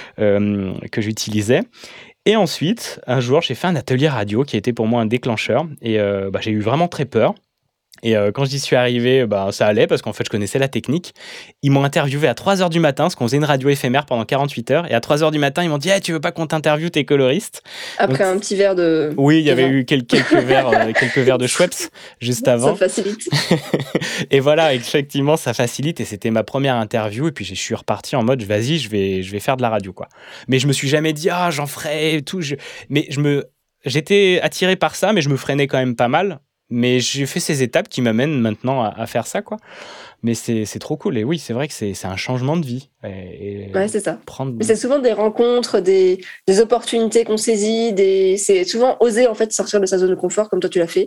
que j'utilisais. Et ensuite, un jour, j'ai fait un atelier radio qui a été pour moi un déclencheur. Et j'ai eu vraiment très peur. Et quand j'y suis arrivé, ça allait parce qu'en fait, je connaissais la technique. Ils m'ont interviewé à 3h du matin, parce qu'on faisait une radio éphémère pendant 48 heures. Et à 3h du matin, ils m'ont dit hey, « tu veux pas qu'on t'interviewe, t'es coloriste ?» Après un petit verre de... Oui, il y avait eu quelques verres de Schweppes juste avant. Ça facilite. Et voilà, effectivement, ça facilite. Et c'était ma première interview. Et puis, je suis reparti en mode « vas-y, je vais faire de la radio. » quoi. Mais je me suis jamais dit « ah, j'en ferai. » tout. Mais j'étais attiré par ça, mais je me freinais quand même pas mal. Mais j'ai fait ces étapes qui m'amènent maintenant à faire ça, quoi. Mais c'est trop cool. Et oui, c'est vrai que c'est un changement de vie. Ouais, c'est ça. Mais c'est souvent des rencontres, des opportunités qu'on saisit. C'est souvent oser, en fait, sortir de sa zone de confort, comme toi, tu l'as fait.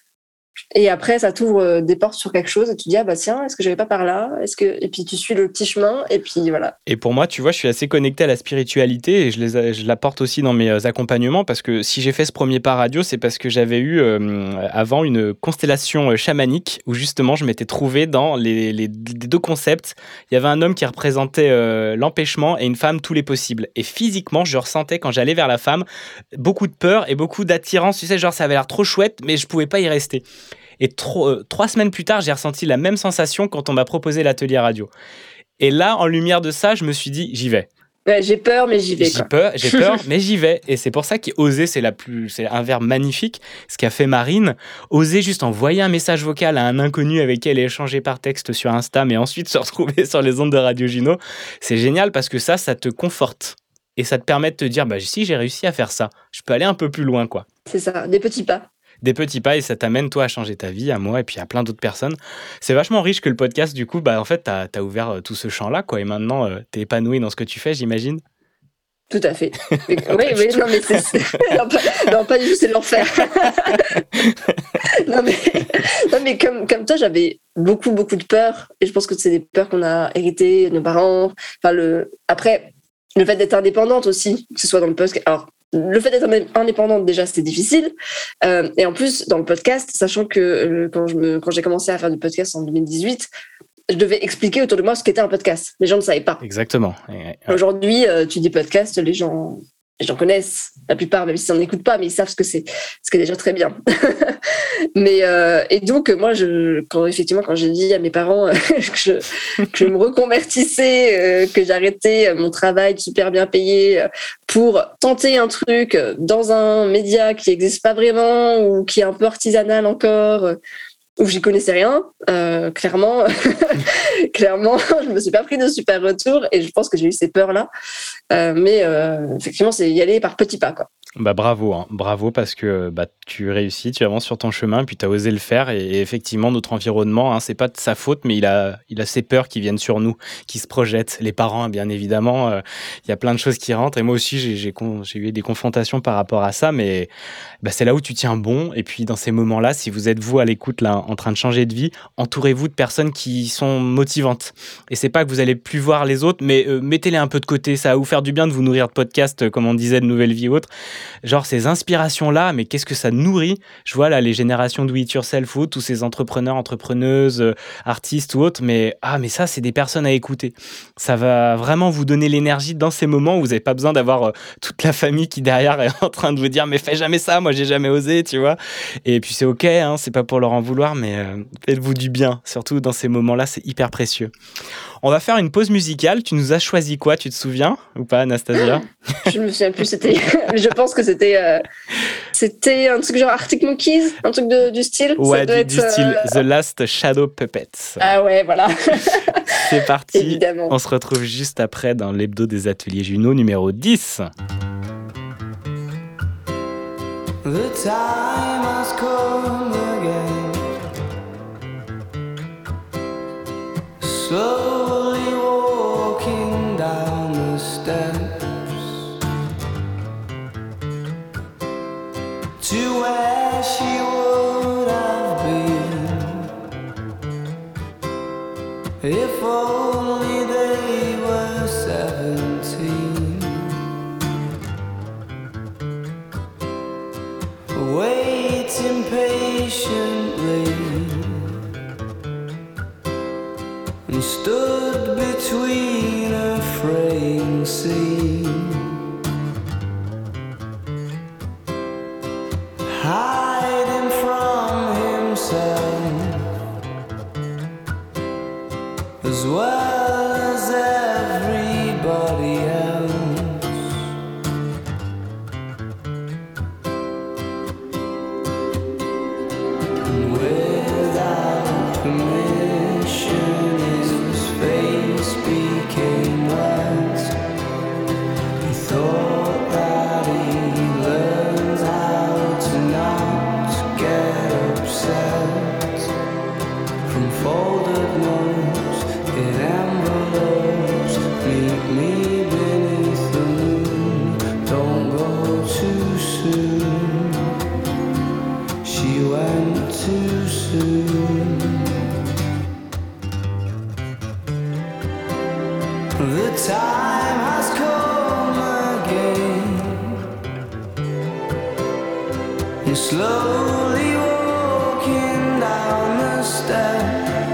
Et après, ça t'ouvre des portes sur quelque chose et tu te dis, ah bah tiens, est-ce que j'avais pas par là ? Et puis tu suis le petit chemin et puis voilà. Et pour moi, tu vois, je suis assez connecté à la spiritualité et je la porte aussi dans mes accompagnements parce que si j'ai fait ce premier pas radio, c'est parce que j'avais eu avant une constellation chamanique où justement je m'étais trouvé dans les deux concepts. Il y avait un homme qui représentait l'empêchement et une femme tous les possibles. Et physiquement, je ressentais quand j'allais vers la femme beaucoup de peur et beaucoup d'attirance. Tu sais, genre ça avait l'air trop chouette, mais je pouvais pas y rester. Et 3 semaines plus tard, j'ai ressenti la même sensation quand on m'a proposé l'atelier radio. Et là, en lumière de ça, je me suis dit, j'y vais. Ouais, j'ai peur, mais j'y vais. J'ai peur, mais j'y vais. Et c'est pour ça qu'oser, c'est un verbe magnifique. Ce qu'a fait Marine, oser juste envoyer un message vocal à un inconnu avec qui elle est échangée par texte sur Insta, mais ensuite se retrouver sur les ondes de Radio Juno, c'est génial parce que ça te conforte. Et ça te permet de te dire, si j'ai réussi à faire ça, je peux aller un peu plus loin, quoi. C'est ça, des petits pas. Des petits pas, et ça t'amène, toi, à changer ta vie, à moi, et puis à plein d'autres personnes. C'est vachement riche que le podcast, du coup, en fait, t'as ouvert tout ce champ-là, quoi. Et maintenant, t'es épanoui dans ce que tu fais, j'imagine. Tout à fait. Oui, non, mais c'est... non, pas du tout, c'est l'enfer. non, mais comme toi, j'avais beaucoup de peur, et je pense que c'est des peurs qu'on a héritées, nos parents. Enfin, après, le fait d'être indépendante aussi, que ce soit dans le podcast. Alors, le fait d'être indépendante, déjà, c'est difficile. Et en plus, dans le podcast, sachant que quand j'ai commencé à faire du podcast en 2018, je devais expliquer autour de moi ce qu'était un podcast. Les gens ne savaient pas. Exactement. Aujourd'hui, tu dis podcast, les gens connaissent, la plupart, même s'ils n'en écoutent pas, mais ils savent ce que c'est, ce qui est déjà très bien. Et donc, moi, quand j'ai dit à mes parents que je me reconvertissais, que j'arrêtais mon travail super bien payé pour tenter un truc dans un média qui n'existe pas vraiment ou qui est un peu artisanal encore, où j'y connaissais rien, clairement, je me suis pas pris de super retour et je pense que j'ai eu ces peurs-là. Mais effectivement, c'est y aller par petits pas, quoi. Bravo parce que tu réussis, tu avances sur ton chemin, puis tu as osé le faire. Et effectivement, notre environnement, c'est pas de sa faute, mais il a ces peurs qui viennent sur nous, qui se projettent. Les parents, bien évidemment, il y a plein de choses qui rentrent. Et moi aussi, j'ai eu des confrontations par rapport à ça, mais c'est là où tu tiens bon. Et puis dans ces moments-là, si vous êtes vous à l'écoute là, en train de changer de vie, entourez-vous de personnes qui sont motivantes. Et c'est pas que vous allez plus voir les autres, mais mettez-les un peu de côté. Ça va vous faire du bien de vous nourrir de podcasts, comme on disait, de Nouvelle Vie ou autre. Genre ces inspirations-là, mais qu'est-ce que ça nourrit? Je vois là les générations do it yourself ou tous ces entrepreneurs, entrepreneuses, artistes ou autres, mais ça c'est des personnes à écouter. Ça va vraiment vous donner l'énergie dans ces moments où vous n'avez pas besoin d'avoir toute la famille qui derrière est en train de vous dire mais fais jamais ça, moi j'ai jamais osé, tu vois. Et puis c'est ok, c'est pas pour leur en vouloir, mais faites-vous du bien, surtout dans ces moments-là, c'est hyper précieux. On va faire une pause musicale. Tu nous as choisi quoi? Tu te souviens ou pas, Anastasia? Je me souviens plus. Je pense que c'était un truc genre Arctic Monkeys, un truc du style. Ouais, du style The Last Shadow Puppets. Ah ouais, voilà. C'est parti. Évidemment. On se retrouve juste après dans l'hebdo des ateliers Juno numéro 10. The time has come again. Slowly walking down the steps to where she would have been if only they were 17. Waiting patiently and stood between a fraying scene, hiding from himself as well as everybody else. And without permission his face became wet. He thought that he learned how to not get upset. From folded notes in envelopes, meet me beneath the moon. Don't go too soon. She went too soon. The time has come again, and slowly walking down the steps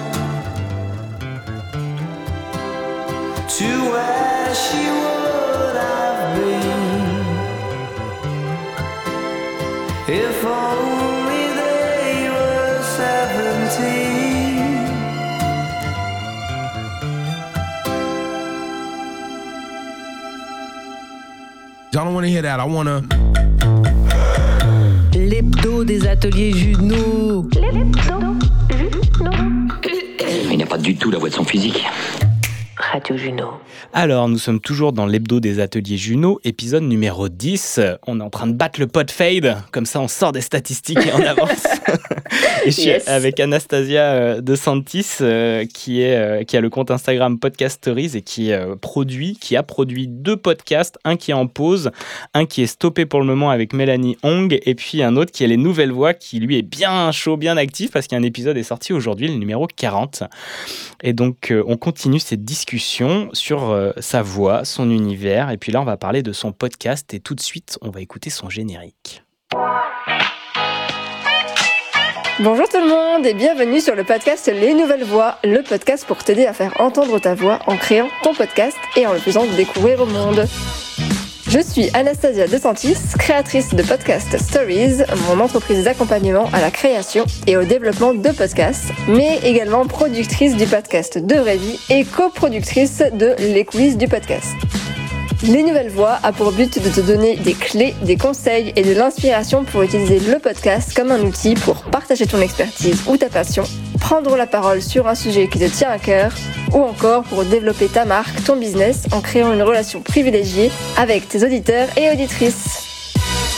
to where she would have been if only they were don't want to hear that. I want to... L'hebdo des ateliers Junot. Il n'a pas du tout la voix de son physique. Radio Junot. Alors, nous sommes toujours dans l'hebdo des ateliers Junot, épisode numéro 10. On est en train de battre le pod fade, comme ça on sort des statistiques et on avance. Et je suis avec Anastasia De Santis, qui a le compte Instagram Podcast Stories et qui a produit 2 podcasts, un qui est en pause, un qui est stoppé pour le moment avec Mélanie Hong, et puis un autre qui est Les Nouvelles Voix, qui lui est bien chaud, bien actif, parce qu'un épisode est sorti aujourd'hui, le numéro 40. Et donc, on continue cette discussion sur sa voix, son univers, et puis là, on va parler de son podcast, et tout de suite, on va écouter son générique. Bonjour tout le monde et bienvenue sur le podcast Les Nouvelles Voix, le podcast pour t'aider à faire entendre ta voix en créant ton podcast et en le faisant découvrir au monde. Je suis Anastasia De Santis, créatrice de Podcast Stories, mon entreprise d'accompagnement à la création et au développement de podcasts, mais également productrice du podcast De Vraie Vie et coproductrice de Les Coulisses du podcast. Les Nouvelles Voix a pour but de te donner des clés, des conseils et de l'inspiration pour utiliser le podcast comme un outil pour partager ton expertise ou ta passion, prendre la parole sur un sujet qui te tient à cœur, ou encore pour développer ta marque, ton business en créant une relation privilégiée avec tes auditeurs et auditrices.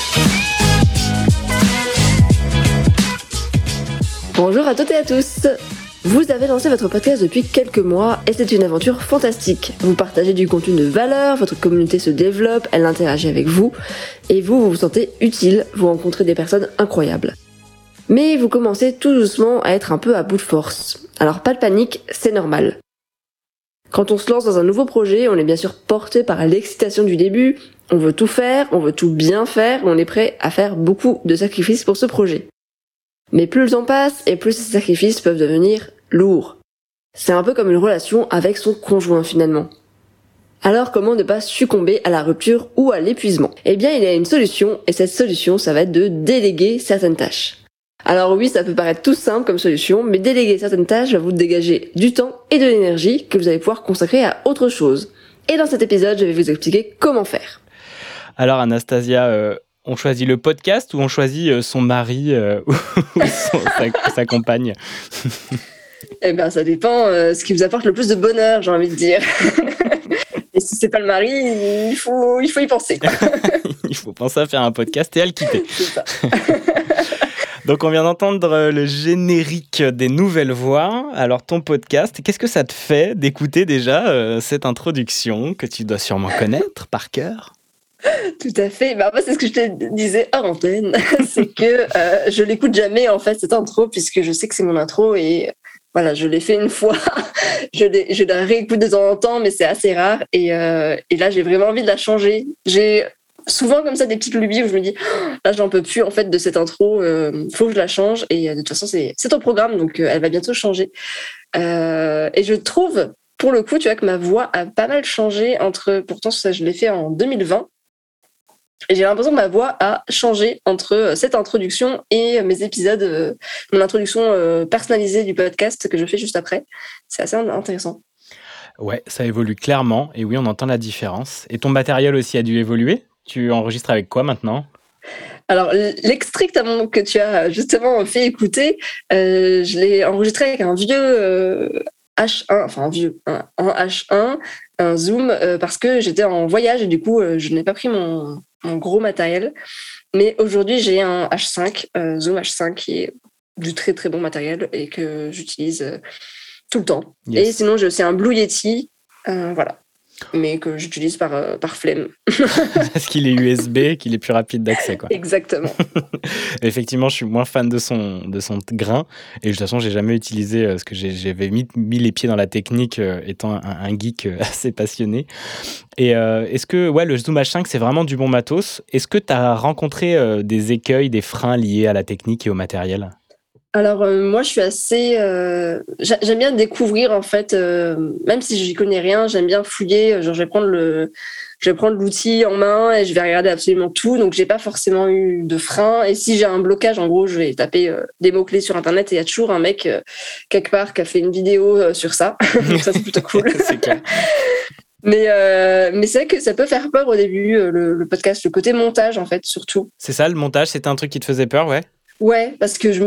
Bonjour à toutes et à tous. Vous avez lancé votre podcast depuis quelques mois et c'est une aventure fantastique. Vous partagez du contenu de valeur, votre communauté se développe, elle interagit avec vous et vous vous sentez utile, vous rencontrez des personnes incroyables. Mais vous commencez tout doucement à être un peu à bout de force. Alors pas de panique, c'est normal. Quand on se lance dans un nouveau projet, on est bien sûr porté par l'excitation du début, on veut tout faire, on veut tout bien faire, on est prêt à faire beaucoup de sacrifices pour ce projet. Mais plus le temps passe et plus ces sacrifices peuvent devenir lourds. C'est un peu comme une relation avec son conjoint finalement. Alors comment ne pas succomber à la rupture ou à l'épuisement ? Eh bien il y a une solution et cette solution ça va être de déléguer certaines tâches. Alors oui ça peut paraître tout simple comme solution mais déléguer certaines tâches va vous dégager du temps et de l'énergie que vous allez pouvoir consacrer à autre chose. Et dans cet épisode je vais vous expliquer comment faire. Alors Anastasia, on choisit le podcast ou on choisit son mari ou sa compagne ? Eh bien, ça dépend ce qui vous apporte le plus de bonheur, j'ai envie de dire. Et si c'est pas le mari, il faut y penser, quoi. Il faut penser à faire un podcast et à le quitter. C'est ça. Donc, on vient d'entendre le générique des Nouvelles Voix. Alors, ton podcast, qu'est-ce que ça te fait d'écouter déjà cette introduction que tu dois sûrement connaître par cœur ? Tout à fait. Bah, moi, c'est ce que je te disais hors antenne. C'est que je l'écoute jamais, en fait, cette intro, puisque je sais que c'est mon intro et voilà, je l'ai fait une fois. Je la réécoute de temps en temps, mais c'est assez rare. Et là, j'ai vraiment envie de la changer. J'ai souvent comme ça des petites lubies où je me dis là, j'en peux plus, en fait, de cette intro. Faut que je la change. Et de toute façon, c'est ton programme, donc elle va bientôt changer. Et je trouve, pour le coup, tu vois, que ma voix a pas mal changé pourtant, ça, je l'ai fait en 2020. Et j'ai l'impression que ma voix a changé entre cette introduction et mes épisodes, mon introduction personnalisée du podcast que je fais juste après. C'est assez intéressant. Ouais, ça évolue clairement. Et oui, on entend la différence. Et ton matériel aussi a dû évoluer. Tu enregistres avec quoi maintenant ? Alors, l'extrait que tu as justement fait écouter, je l'ai enregistré avec un vieux H1, enfin un H1, un Zoom, parce que j'étais en voyage et du coup, je n'ai pas pris mon gros matériel. Mais aujourd'hui, j'ai un H5, Zoom H5, qui est du très très bon matériel et que j'utilise tout le temps. Yes. Et sinon, j'ai aussi un Blue Yeti, voilà. Mais que j'utilise par flemme. Parce qu'il est USB, qu'il est plus rapide d'accès, quoi. Exactement. Effectivement, je suis moins fan de son grain. Et de toute façon, j'ai jamais utilisé, parce que j'avais mis les pieds dans la technique, étant un geek assez passionné. Et est-ce que le Zoom H5, c'est vraiment du bon matos ? Est-ce que tu as rencontré des écueils, des freins liés à la technique et au matériel ? Alors moi je suis assez j'aime bien découvrir en fait, même si j'y connais rien, j'aime bien fouiller, genre je vais prendre l'outil en main et je vais regarder absolument tout, donc j'ai pas forcément eu de frein. Et si j'ai un blocage, en gros je vais taper des mots-clés sur internet et il y a toujours un mec quelque part qui a fait une vidéo sur ça. Donc ça c'est plutôt cool. C'est clair. Mais c'est vrai que ça peut faire peur au début, le podcast, le côté montage, en fait, surtout. C'est ça, le montage, c'était un truc qui te faisait peur, ouais? Ouais, parce que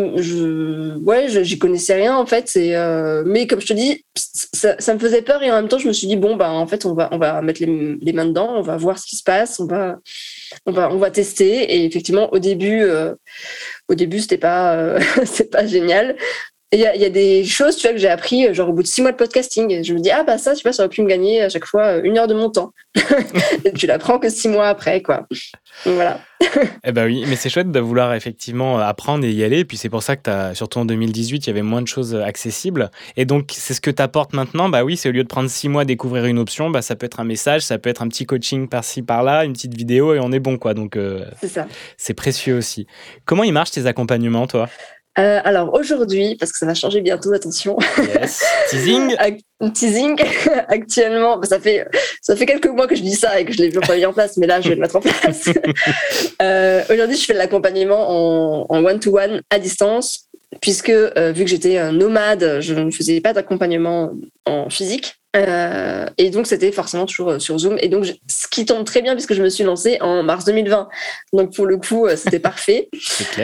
j'y connaissais rien, en fait. Mais comme je te dis, ça me faisait peur et en même temps, je me suis dit, bon, bah, en fait, on va mettre les mains dedans, on va voir ce qui se passe, on va tester. Et effectivement, au début, c'était pas, c'est pas génial. Et il y a des choses, tu vois, que j'ai appris, genre au bout de 6 mois de podcasting. Et je me dis, ah bah ça, tu vois, ça aurait pu me gagner à chaque fois 1 heure de mon temps. Et tu l'apprends que 6 mois après, quoi. Donc voilà. Eh ben oui, mais c'est chouette de vouloir effectivement apprendre et y aller. Et puis c'est pour ça que surtout en 2018, il y avait moins de choses accessibles. Et donc, c'est ce que tu apportes maintenant. Bah oui, c'est au lieu de prendre 6 mois à découvrir une option, bah ça peut être un message, ça peut être un petit coaching par-ci, par-là, une petite vidéo et on est bon, quoi. Donc, c'est ça. C'est précieux aussi. Comment ils marchent tes accompagnements, toi ? Alors aujourd'hui, parce que ça va changer bientôt, attention. Yes. Teasing. Teasing. Actuellement, ça fait quelques mois que je dis ça et que je l'ai pas mis en place, mais là je vais le mettre en place. Aujourd'hui, je fais de l'accompagnement en one-to-one à distance, puisque vu que j'étais nomade, je ne faisais pas d'accompagnement en physique. Et donc c'était forcément toujours sur Zoom, et donc ce qui tombe très bien puisque je me suis lancée en mars 2020, donc pour le coup c'était parfait. C'est clair.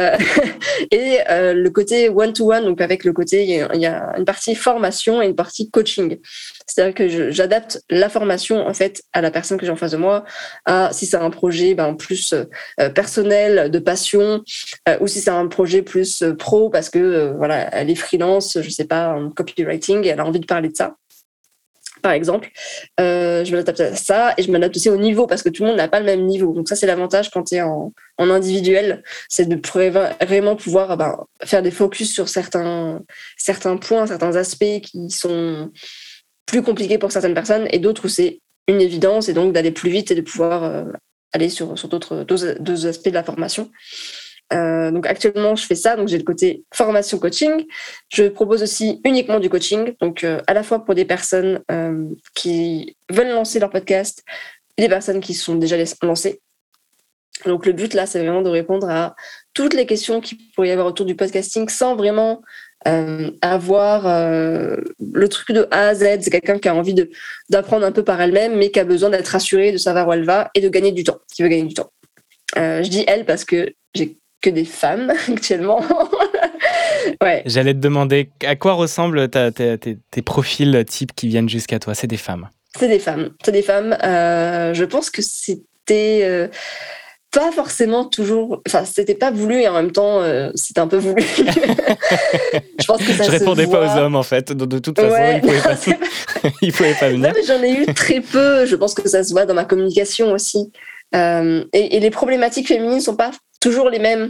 Et le côté one-to-one, donc avec le côté, il y a une partie formation et une partie coaching, c'est-à-dire que j'adapte la formation en fait à la personne que j'ai en face de moi, à si c'est un projet plus personnel, de passion, ou si c'est un projet plus pro parce que voilà, elle est freelance, je sais pas, en copywriting et elle a envie de parler de ça. Par exemple, je m'adapte à ça et je m'adapte aussi au niveau parce que tout le monde n'a pas le même niveau. Donc ça, c'est l'avantage quand tu es en individuel, c'est de vraiment pouvoir faire des focus sur certains points, certains aspects qui sont plus compliqués pour certaines personnes et d'autres où c'est une évidence, et donc d'aller plus vite et de pouvoir aller sur d'autres aspects de la formation. Donc actuellement je fais ça, donc j'ai le côté formation coaching. Je propose aussi uniquement du coaching, donc à la fois pour des personnes qui veulent lancer leur podcast et des personnes qui sont déjà lancées. Donc le but là, c'est vraiment de répondre à toutes les questions qu'il pourrait y avoir autour du podcasting sans vraiment avoir le truc de A à Z. C'est quelqu'un qui a envie d'apprendre un peu par elle-même, mais qui a besoin d'être rassurée, de savoir où elle va et de gagner du temps, qui veut gagner du temps. Je dis elle parce que j'ai que des femmes actuellement. Ouais. J'allais te demander à quoi ressemblent tes profils types qui viennent jusqu'à toi. C'est des femmes. C'est des femmes. Je pense que c'était pas forcément toujours. Enfin, c'était pas voulu et en même temps, c'était un peu voulu. Je pense que ça Je répondais se voit. Pas aux hommes en fait. De toute façon, Ouais. ils pouvaient pas venir. Non, mais j'en ai eu très peu. Je pense que ça se voit dans ma communication aussi. Et les problématiques féminines sont pas toujours les mêmes.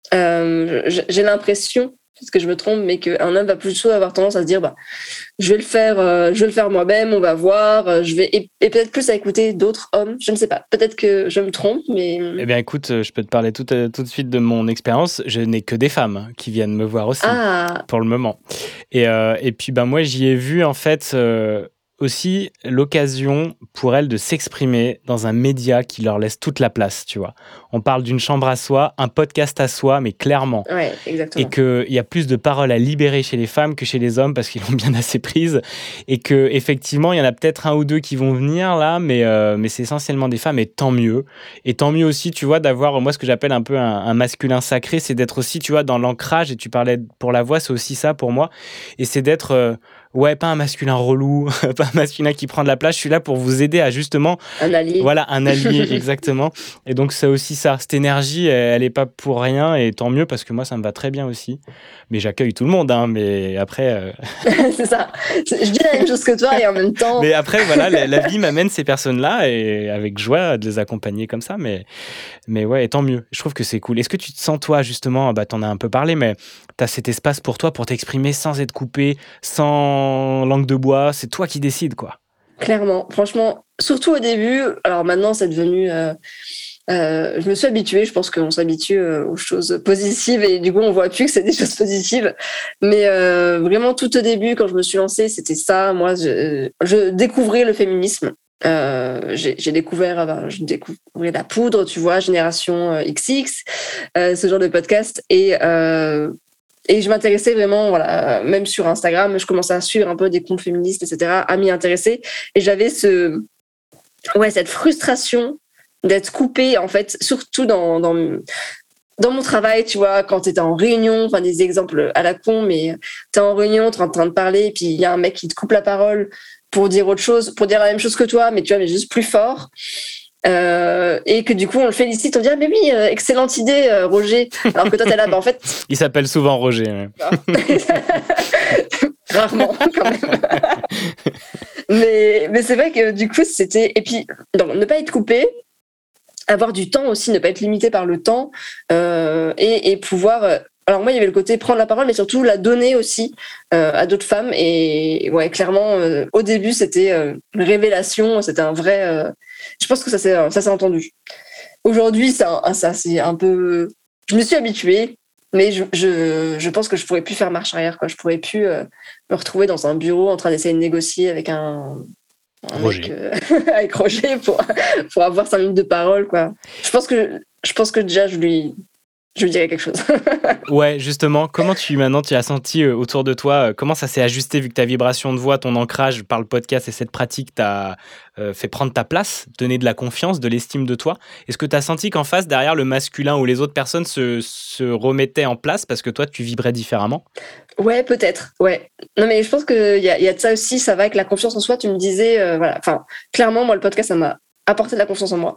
J'ai l'impression, peut-être que je me trompe, mais qu'un homme va plutôt avoir tendance à se dire je vais le faire moi-même, on va voir, et peut-être plus à écouter d'autres hommes. Je ne sais pas, peut-être que je me trompe, mais... Eh bien écoute, je peux te parler tout de suite de mon expérience. Je n'ai que des femmes qui viennent me voir aussi, pour le moment. Et puis moi j'y ai vu en fait... aussi l'occasion pour elles de s'exprimer dans un média qui leur laisse toute la place, tu vois. On parle d'une chambre à soi, un podcast à soi, mais clairement. Ouais, exactement. Et qu'il y a plus de paroles à libérer chez les femmes que chez les hommes parce qu'ils l'ont bien assez prise. Et qu'effectivement, il y en a peut-être un ou deux qui vont venir là, mais c'est essentiellement des femmes, et tant mieux. Et tant mieux aussi, tu vois, d'avoir, moi, ce que j'appelle un peu un masculin sacré, c'est d'être aussi, tu vois, dans l'ancrage. Et tu parlais pour la voix, c'est aussi ça pour moi. Et c'est d'être... ouais, pas un masculin relou, pas un masculin qui prend de la place. Je suis là pour vous aider à justement... Un allié. Voilà, un allié, exactement. Et donc, c'est aussi ça. Cette énergie, elle n'est pas pour rien, et tant mieux, parce que moi, ça me va très bien aussi. Mais j'accueille tout le monde, hein, mais après... C'est ça. Je dis la même chose que toi, et en même temps... Mais après, voilà, la vie m'amène ces personnes-là, et avec joie de les accompagner comme ça. Mais ouais, et tant mieux. Je trouve que c'est cool. Est-ce que tu te sens, toi, justement, t'en as un peu parlé, mais tu as cet espace pour toi, pour t'exprimer sans être coupé, sans langue de bois, c'est toi qui décides, quoi. Clairement, franchement, surtout au début. Alors maintenant, c'est devenu... je me suis habituée, je pense qu'on s'habitue aux choses positives et du coup, on voit plus que c'est des choses positives. Mais vraiment, tout au début, quand je me suis lancée, c'était ça. Moi, je découvrais le féminisme. J'ai découvert la poudre, tu vois, Génération XX, ce genre de podcast. Et je m'intéressais vraiment, voilà, même sur Instagram, je commençais à suivre un peu des comptes féministes, etc., à m'y intéresser. Et j'avais cette frustration d'être coupée, en fait, surtout dans mon travail, tu vois, quand t'étais en réunion, enfin des exemples à la con, mais t'es en réunion, t'es en train de parler, et puis il y a un mec qui te coupe la parole pour dire autre chose, pour dire la même chose que toi, mais tu vois, mais juste plus fort. Et que du coup on le félicite, on dit mais oui, excellente idée Roger, alors que toi t'es là, en fait il s'appelle souvent Roger, ouais. Rarement quand même. mais c'est vrai que du coup c'était, et puis ne pas être coupé, avoir du temps aussi, ne pas être limité par le temps, et pouvoir alors moi il y avait le côté prendre la parole, mais surtout la donner aussi à d'autres femmes. Et ouais, clairement au début c'était une révélation, c'était un vrai je pense que ça s'est entendu. Aujourd'hui ça c'est un peu, je me suis habituée, mais je pense que je pourrais plus faire marche arrière, quoi. Je pourrais plus me retrouver dans un bureau en train d'essayer de négocier avec un Roger. mec, avec Roger pour avoir 5 minutes de parole, quoi. Je pense que déjà je lui dirais quelque chose. Ouais, justement, comment tu as senti autour de toi, comment ça s'est ajusté vu que ta vibration de voix, ton ancrage par le podcast et cette pratique t'a fait prendre ta place, donner de la confiance, de l'estime de toi? Est-ce que tu as senti qu'en face, derrière, le masculin ou les autres personnes se remettaient en place parce que toi, tu vibrais différemment? Ouais, peut-être, ouais. Non, mais je pense qu'il y a de ça aussi, ça va avec la confiance en soi. Tu me disais, voilà, enfin, clairement, moi, le podcast, ça m'a apporté de la confiance en moi.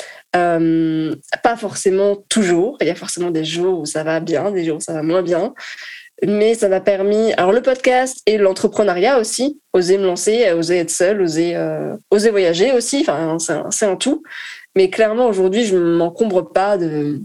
Pas forcément toujours, il y a forcément des jours où ça va bien, des jours où ça va moins bien, mais ça m'a permis, alors le podcast et l'entrepreneuriat aussi, oser me lancer, oser être seule, oser voyager aussi, enfin c'est un tout, mais clairement aujourd'hui je ne m'encombre pas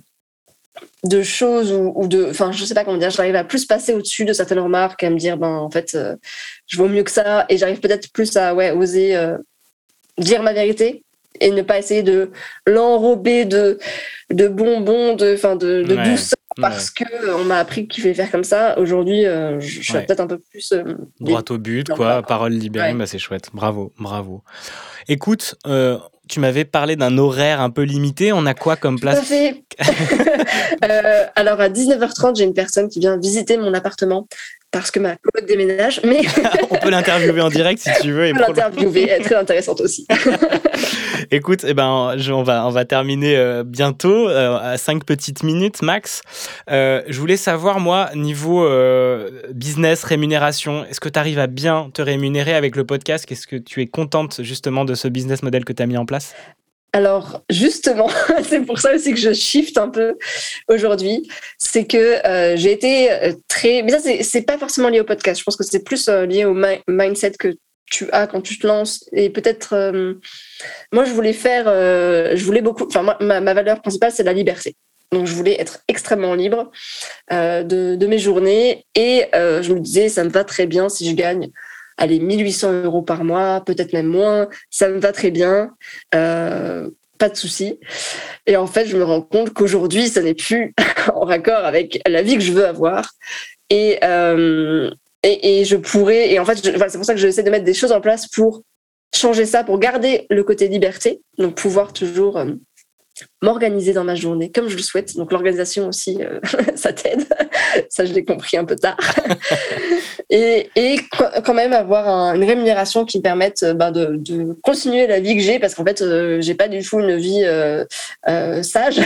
de choses ou de, enfin je sais pas comment dire, j'arrive à plus passer au-dessus de certaines remarques, à me dire en fait je vaux mieux que ça, et j'arrive peut-être plus à oser dire ma vérité et ne pas essayer de l'enrober de bonbons, de douceur, parce que on m'a appris qu'il fallait faire comme ça. Aujourd'hui, je suis peut-être un peu plus droit au but, quoi. Parole libérée, c'est chouette. Bravo. Écoute, tu m'avais parlé d'un horaire un peu limité. On a quoi comme place? Tout à fait. Alors à 19h30, j'ai une personne qui vient visiter mon appartement parce que ma coloc déménage. Mais on peut l'interviewer en direct si tu veux. On peut l'interviewer, elle est très intéressante aussi. Écoute, on va terminer bientôt, à 5 petites minutes max. Je voulais savoir, moi, niveau business, rémunération, est-ce que tu arrives à bien te rémunérer avec le podcast? Est-ce que tu es contente justement de ce business model que tu as mis en place? Alors, justement, c'est pour ça aussi que je shift un peu aujourd'hui. C'est que j'ai été très... Mais ça, c'est pas forcément lié au podcast. Je pense que c'est plus lié au mindset que tu as quand tu te lances. Et peut-être... moi, je voulais beaucoup... Enfin, ma valeur principale, c'est la liberté. Donc, je voulais être extrêmement libre de mes journées. Et je me disais, ça me va très bien si je gagne... Allez, 1 800 € par mois, peut-être même moins, ça me va très bien, pas de souci. Et en fait, je me rends compte qu'aujourd'hui, ça n'est plus en raccord avec la vie que je veux avoir. Et je pourrais... Et en fait, c'est pour ça que j'essaie de mettre des choses en place pour changer ça, pour garder le côté liberté, donc pouvoir toujours... m'organiser dans ma journée comme je le souhaite. Donc l'organisation aussi, ça t'aide. Ça, je l'ai compris un peu tard. et quand même avoir une rémunération qui me permette de continuer la vie que j'ai, parce qu'en fait, j'ai pas du tout une vie sage.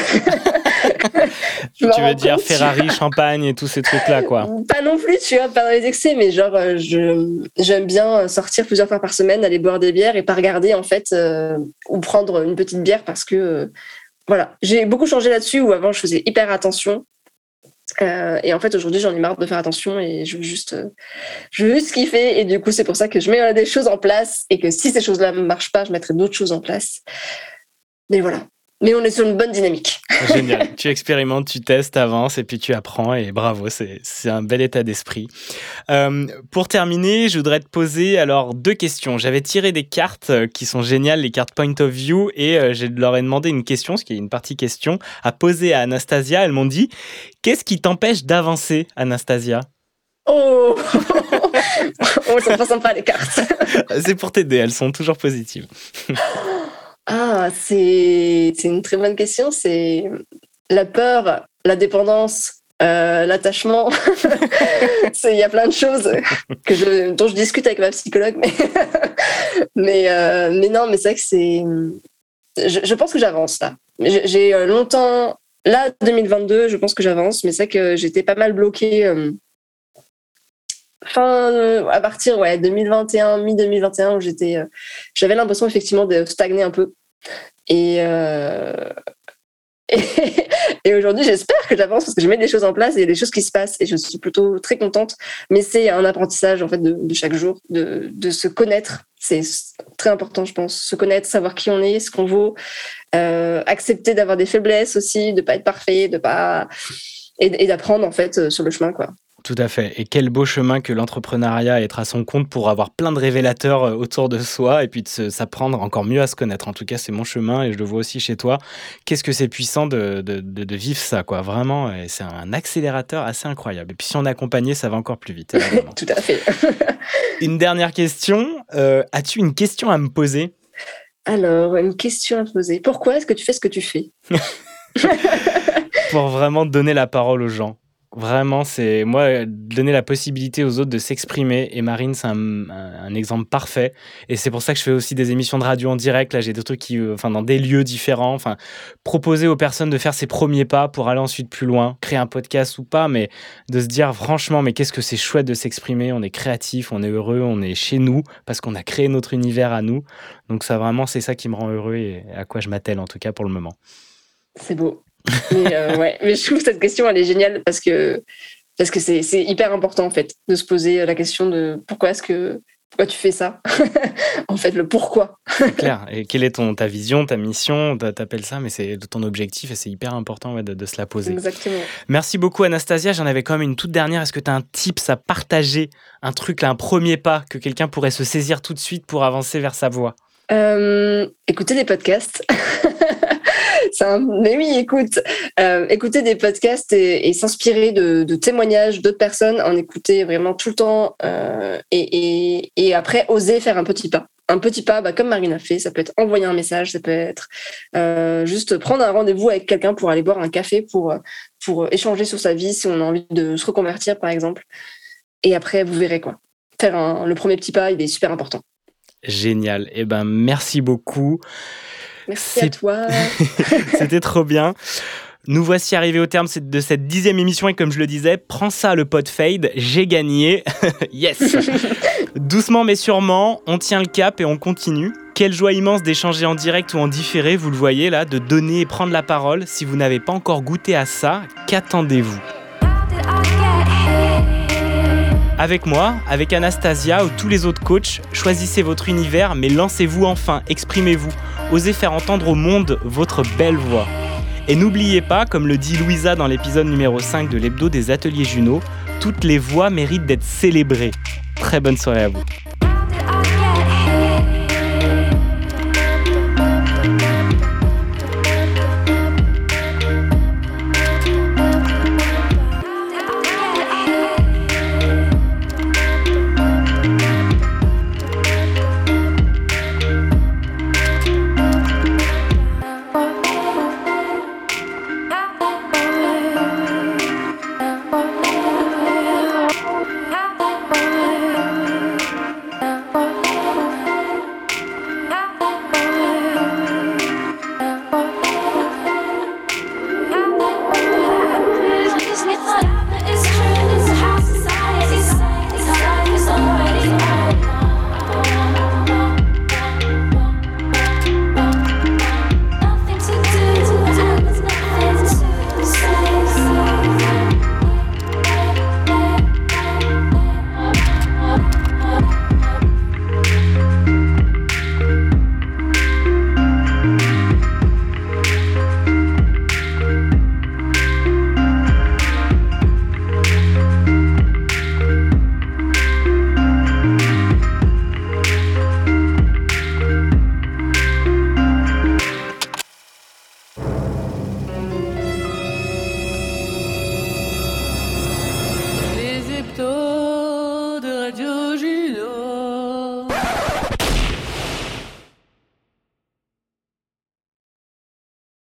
Tu veux dire Ferrari, champagne et tous ces trucs-là, quoi. Pas non plus, tu vois, pas dans les excès, mais genre, j'aime bien sortir plusieurs fois par semaine, aller boire des bières et pas regarder, en fait, ou prendre une petite bière parce que... Voilà, j'ai beaucoup changé là-dessus, où avant je faisais hyper attention. Et en fait, aujourd'hui, j'en ai marre de faire attention et je veux juste kiffer. Et du coup, c'est pour ça que je mets des choses en place et que si ces choses-là ne marchent pas, je mettrai d'autres choses en place. Mais voilà. Mais on est sur une bonne dynamique. Génial. Tu expérimentes, tu testes, avances et puis tu apprends et bravo, c'est un bel état d'esprit. Pour terminer, je voudrais te poser alors 2 questions. J'avais tiré des cartes qui sont géniales, les cartes Point of View, et je leur ai demandé une question, parce qu'il y a une partie question, à poser à Anastasia. Elles m'ont dit, qu'est-ce qui t'empêche d'avancer, Anastasia? Oh, ça passe sympa les cartes. C'est pour t'aider, elles sont toujours positives. Ah, c'est une très bonne question. C'est la peur, la dépendance, l'attachement. Il y a plein de choses dont je discute avec ma psychologue. Mais non, mais c'est vrai que c'est... Je pense que j'avance là. J'ai longtemps... Là, 2022, je pense que j'avance, mais c'est vrai que j'étais pas mal bloquée à partir 2021, mi-2021, où j'avais l'impression effectivement de stagner un peu. Et aujourd'hui, j'espère que j'avance parce que je mets des choses en place et il y a des choses qui se passent et je suis plutôt très contente. Mais c'est un apprentissage en fait de chaque jour, de se connaître. C'est très important, je pense. Se connaître, savoir qui on est, ce qu'on vaut, accepter d'avoir des faiblesses aussi, de pas être parfait, et d'apprendre en fait sur le chemin, quoi. Tout à fait. Et quel beau chemin que l'entrepreneuriat, être à son compte pour avoir plein de révélateurs autour de soi et puis de s'apprendre encore mieux à se connaître. En tout cas, c'est mon chemin et je le vois aussi chez toi. Qu'est-ce que c'est puissant de vivre ça, quoi. Vraiment, et c'est un accélérateur assez incroyable. Et puis si on est accompagné, ça va encore plus vite. Tout à fait. Une dernière question. As-tu une question à me poser ? Alors, une question à poser. Pourquoi est-ce que tu fais ce que tu fais ? Pour vraiment donner la parole aux gens. Vraiment, c'est moi donner la possibilité aux autres de s'exprimer. Et Marine, c'est un exemple parfait. Et c'est pour ça que je fais aussi des émissions de radio en direct. Là, j'ai des trucs dans des lieux différents. Proposer aux personnes de faire ses premiers pas pour aller ensuite plus loin, créer un podcast ou pas, mais de se dire franchement, mais qu'est-ce que c'est chouette de s'exprimer. On est créatif, on est heureux, on est chez nous parce qu'on a créé notre univers à nous. Donc ça, vraiment, c'est ça qui me rend heureux et à quoi je m'attelle en tout cas pour le moment. C'est beau. Mais je trouve que cette question elle est géniale parce que c'est hyper important en fait de se poser la question de pourquoi tu fais ça. En fait, le pourquoi. C'est clair. Et quelle est ta vision, ta mission, t'appelles ça, mais c'est ton objectif et c'est hyper important de se la poser. Exactement. Merci beaucoup Anastasia. J'en avais quand même une toute dernière. Est-ce que tu as un tips à partager, un truc, là, un premier pas que quelqu'un pourrait se saisir tout de suite pour avancer vers sa voie ? Écouter des podcasts. Mais oui, écouter des podcasts et s'inspirer de témoignages d'autres personnes, en écouter vraiment tout le temps et après oser faire un petit pas. Un petit pas, comme Marine a fait, ça peut être envoyer un message, ça peut être juste prendre un rendez-vous avec quelqu'un pour aller boire un café, pour échanger sur sa vie si on a envie de se reconvertir par exemple. Et après, vous verrez quoi. Faire le premier petit pas, il est super important. Génial. Eh ben, merci beaucoup. Merci à toi. C'était trop bien. Nous voici arrivés au terme de cette 10e émission et comme je le disais, prends ça le pod fade, j'ai gagné. Yes. Doucement mais sûrement, on tient le cap et on continue. Quelle joie immense d'échanger en direct ou en différé, vous le voyez là, de donner et prendre la parole. Si vous n'avez pas encore goûté à ça, qu'attendez-vous ? Avec moi, avec Anastasia ou tous les autres coachs, choisissez votre univers mais lancez-vous enfin, exprimez-vous. Osez faire entendre au monde votre belle voix. Et n'oubliez pas, comme le dit Louisa dans l'épisode numéro 5 de l'hebdo des ateliers Juno, toutes les voix méritent d'être célébrées. Très bonne soirée à vous.